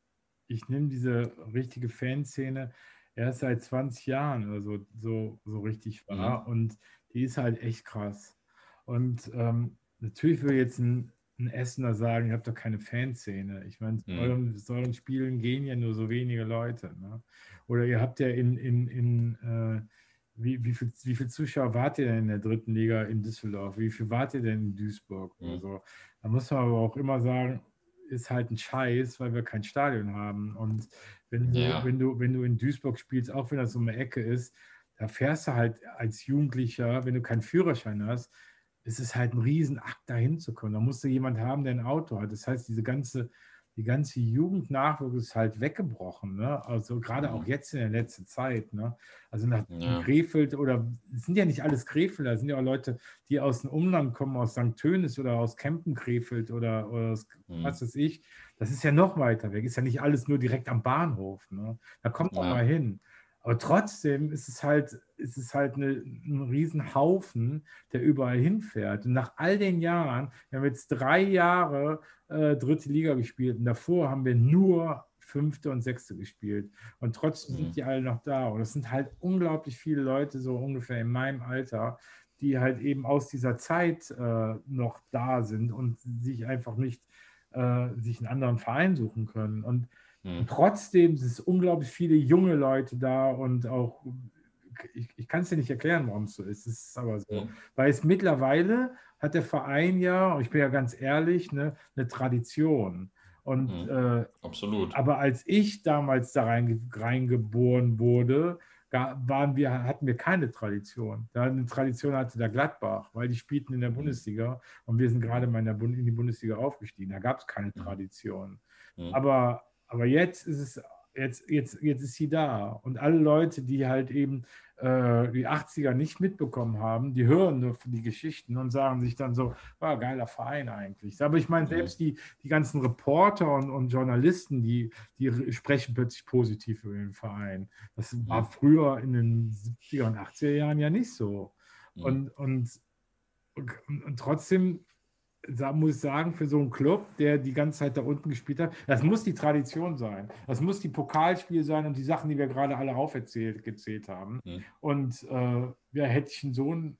A: ich nehme diese richtige Fanszene erst seit zwanzig Jahren oder so, so, so richtig wahr.
C: Mhm.
A: Und die ist halt echt krass. Und ähm, natürlich würde jetzt ein, ein Essener sagen, ihr habt doch keine Fanszene. Ich meine, zu
C: Mhm.
A: euren, zu euren Spielen gehen ja nur so wenige Leute. Ne? Oder ihr habt ja in, in, in äh, wie, wie, viel, wie viele Zuschauer wart ihr denn in der dritten Liga in Düsseldorf? Wie viel wart ihr denn in Duisburg oder
C: Mhm.
A: so? Da muss man aber auch immer sagen, ist halt ein Scheiß, weil wir kein Stadion haben. Und wenn du,
C: Ja.
A: wenn du, wenn du in Duisburg spielst, auch wenn das so eine Ecke ist, da fährst du halt als Jugendlicher, wenn du keinen Führerschein hast, ist es halt ein Riesenakt, da hinzukommen. Da musst du jemand haben, der ein Auto hat. Das heißt, diese ganze, die ganze Jugendnachwuchs ist halt weggebrochen. Ne? Also gerade
C: Mhm.
A: auch jetzt in der letzten Zeit. Ne? Also nach
C: Ja.
A: Krefeld oder, es sind ja nicht alles Krefelder, es sind ja auch Leute, die aus dem Umland kommen, aus Sankt Tönis oder aus Kempen, Krefeld oder, oder aus,
C: Mhm.
A: was weiß ich. Das ist ja noch weiter weg. Ist ja nicht alles nur direkt am Bahnhof. Ne? Da kommt man
C: Ja.
A: mal hin. Aber trotzdem ist es halt, ist es halt eine, ein Riesenhaufen, der überall hinfährt. Und nach all den Jahren, wir haben jetzt drei Jahre äh, dritte Liga gespielt und davor haben wir nur fünfte und sechste gespielt. Und trotzdem
C: Mhm.
A: sind die alle noch da. Und es sind halt unglaublich viele Leute, so ungefähr in meinem Alter, die halt eben aus dieser Zeit äh, noch da sind und sich einfach nicht äh, sich einen anderen Verein suchen können. Und
C: Mhm.
A: trotzdem sind es unglaublich viele junge Leute da und auch, ich, ich kann es dir nicht erklären, warum es so ist. Es ist aber so.
C: Mhm.
A: Weil es mittlerweile hat der Verein ja, und ich bin ja ganz ehrlich, ne, eine Tradition. Und
C: Mhm.
A: äh,
C: Absolut.
A: aber als ich damals da rein, reingeboren wurde, ga- waren wir, hatten wir keine Tradition. Da eine Tradition hatte der Gladbach, weil die spielten in der
C: Mhm.
A: Bundesliga und wir sind gerade mal in, der Bund, in die Bundesliga aufgestiegen. Da gab es keine
C: Mhm.
A: Tradition.
C: Mhm.
A: Aber, aber jetzt ist es, jetzt, jetzt, jetzt ist sie da. Und alle Leute, die halt eben äh, die achtziger nicht mitbekommen haben, die hören nur die Geschichten und sagen sich dann so, war geiler Verein eigentlich. Aber ich meine,
C: Mhm.
A: selbst die, die ganzen Reporter und, und Journalisten, die, die sprechen plötzlich positiv über den Verein. Das war
C: Mhm.
A: früher in den siebziger und achtziger Jahren ja nicht so.
C: Mhm.
A: Und, und, und, und trotzdem sa- muss ich sagen, für so einen Club, der die ganze Zeit da unten gespielt hat, das muss die Tradition sein. Das muss die Pokalspiel sein und die Sachen, die wir gerade alle aufgezählt gezählt haben.
C: Mhm.
A: Und äh, ja, hätte ich einen Sohn,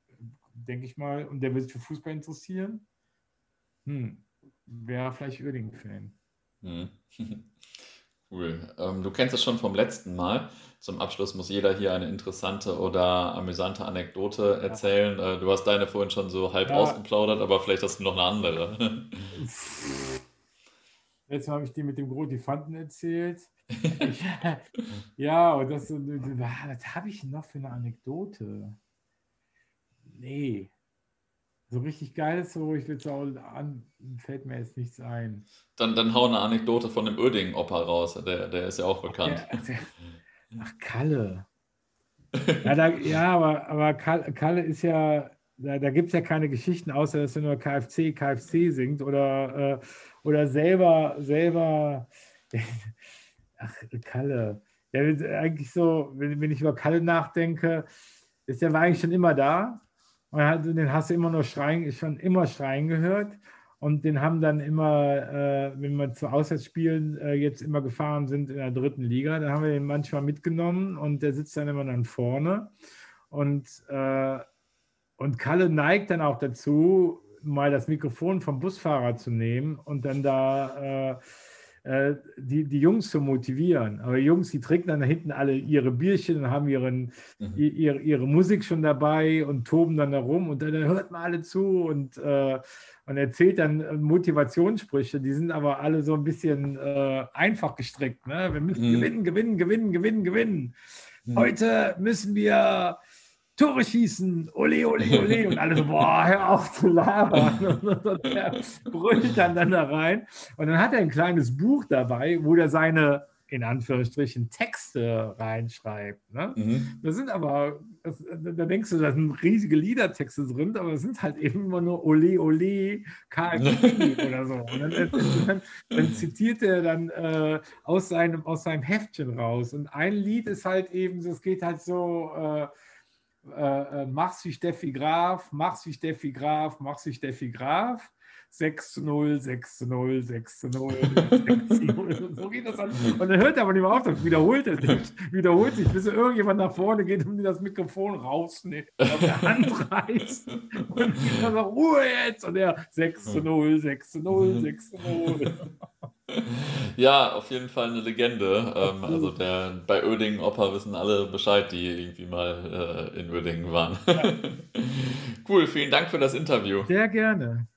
A: denke ich mal, und der will sich für Fußball interessieren, hm, wäre vielleicht Uerdingen-Fan.
C: Mhm. Cool. Ähm, du kennst es schon vom letzten Mal. Zum Abschluss muss jeder hier eine interessante oder amüsante Anekdote erzählen. Äh, du hast deine vorhin schon so halb
A: Ja,
C: ausgeplaudert, aber vielleicht hast du noch eine andere.
A: letztes Mal habe ich dir mit dem Grotifanten erzählt. Ich, ja, und das, was habe ich noch für eine Anekdote? Nee. So richtig geil ist, so ich will es auch an, fällt mir jetzt nichts ein.
C: Dann, dann hau eine Anekdote von dem Uerdingen-Opa raus. Der, der ist ja auch bekannt.
A: Der, der, ach, Kalle. Ja, da, ja aber, aber Kalle, Kalle ist ja, da, da gibt es ja keine Geschichten, außer dass er nur K F C, K F C singt oder, äh, oder selber, selber, ach, Kalle. Ja, eigentlich so, wenn, wenn ich über Kalle nachdenke, ist der war eigentlich schon immer da. Und hat, den hast du immer nur schreien, schon immer schreien gehört. Und den haben dann immer, äh, wenn wir zu Auswärtsspielen äh, jetzt immer gefahren sind in der dritten Liga, da haben wir den manchmal mitgenommen und der sitzt dann immer dann vorne. Und, äh, und Kalle neigt dann auch dazu, mal das Mikrofon vom Busfahrer zu nehmen und dann da äh, äh, die, die Jungs zu motivieren. Aber die Jungs, die trinken dann da hinten alle ihre Bierchen und haben ihren,
C: Mhm.
A: ihre, ihre Musik schon dabei und toben dann da rum und dann hört man alle zu und, äh, und erzählt dann Motivationssprüche. Die sind aber alle so ein bisschen äh, einfach gestrickt. Ne? Wir müssen
C: Mhm.
A: gewinnen, gewinnen, gewinnen, gewinnen, gewinnen.
C: Mhm.
A: Heute müssen wir Tore schießen, ole, ole, ole. Und alle so, boah, hör auf zu labern. Und der brüllt dann, dann da rein. Und dann hat er ein kleines Buch dabei, wo er seine, in Anführungsstrichen, Texte reinschreibt. Ne?
C: Mhm.
A: Das sind aber, das, da denkst du, da sind riesige Liedertexte drin, aber es sind halt eben immer nur ole, ole, K F C oder so. Und dann, dann, dann zitiert er dann äh, aus, seinem, aus seinem Heftchen raus. Und ein Lied ist halt eben, es geht halt so, äh, Äh, mach's wie Steffi Graf, mach's wie Steffi Graf, mach's wie Steffi Graf. sechs zu null, sechs zu null, sechs zu null, sechs zu null. Und so geht das an. Und dann hört er aber nicht mehr auf, dann wiederholt er sich, wiederholt sich, bis irgendjemand nach vorne geht und das Mikrofon rausnimmt, auf der Hand reißt. Und dann sagt, Ruhe jetzt! Und er sechs zu null, sechs zu null, sechs zu null.
C: Ja, auf jeden Fall eine Legende. Ähm, also der, bei Uerdingen Opa wissen alle Bescheid, die irgendwie mal äh, in Uerdingen waren.
A: Ja.
C: Cool, vielen Dank für das Interview.
A: Sehr gerne.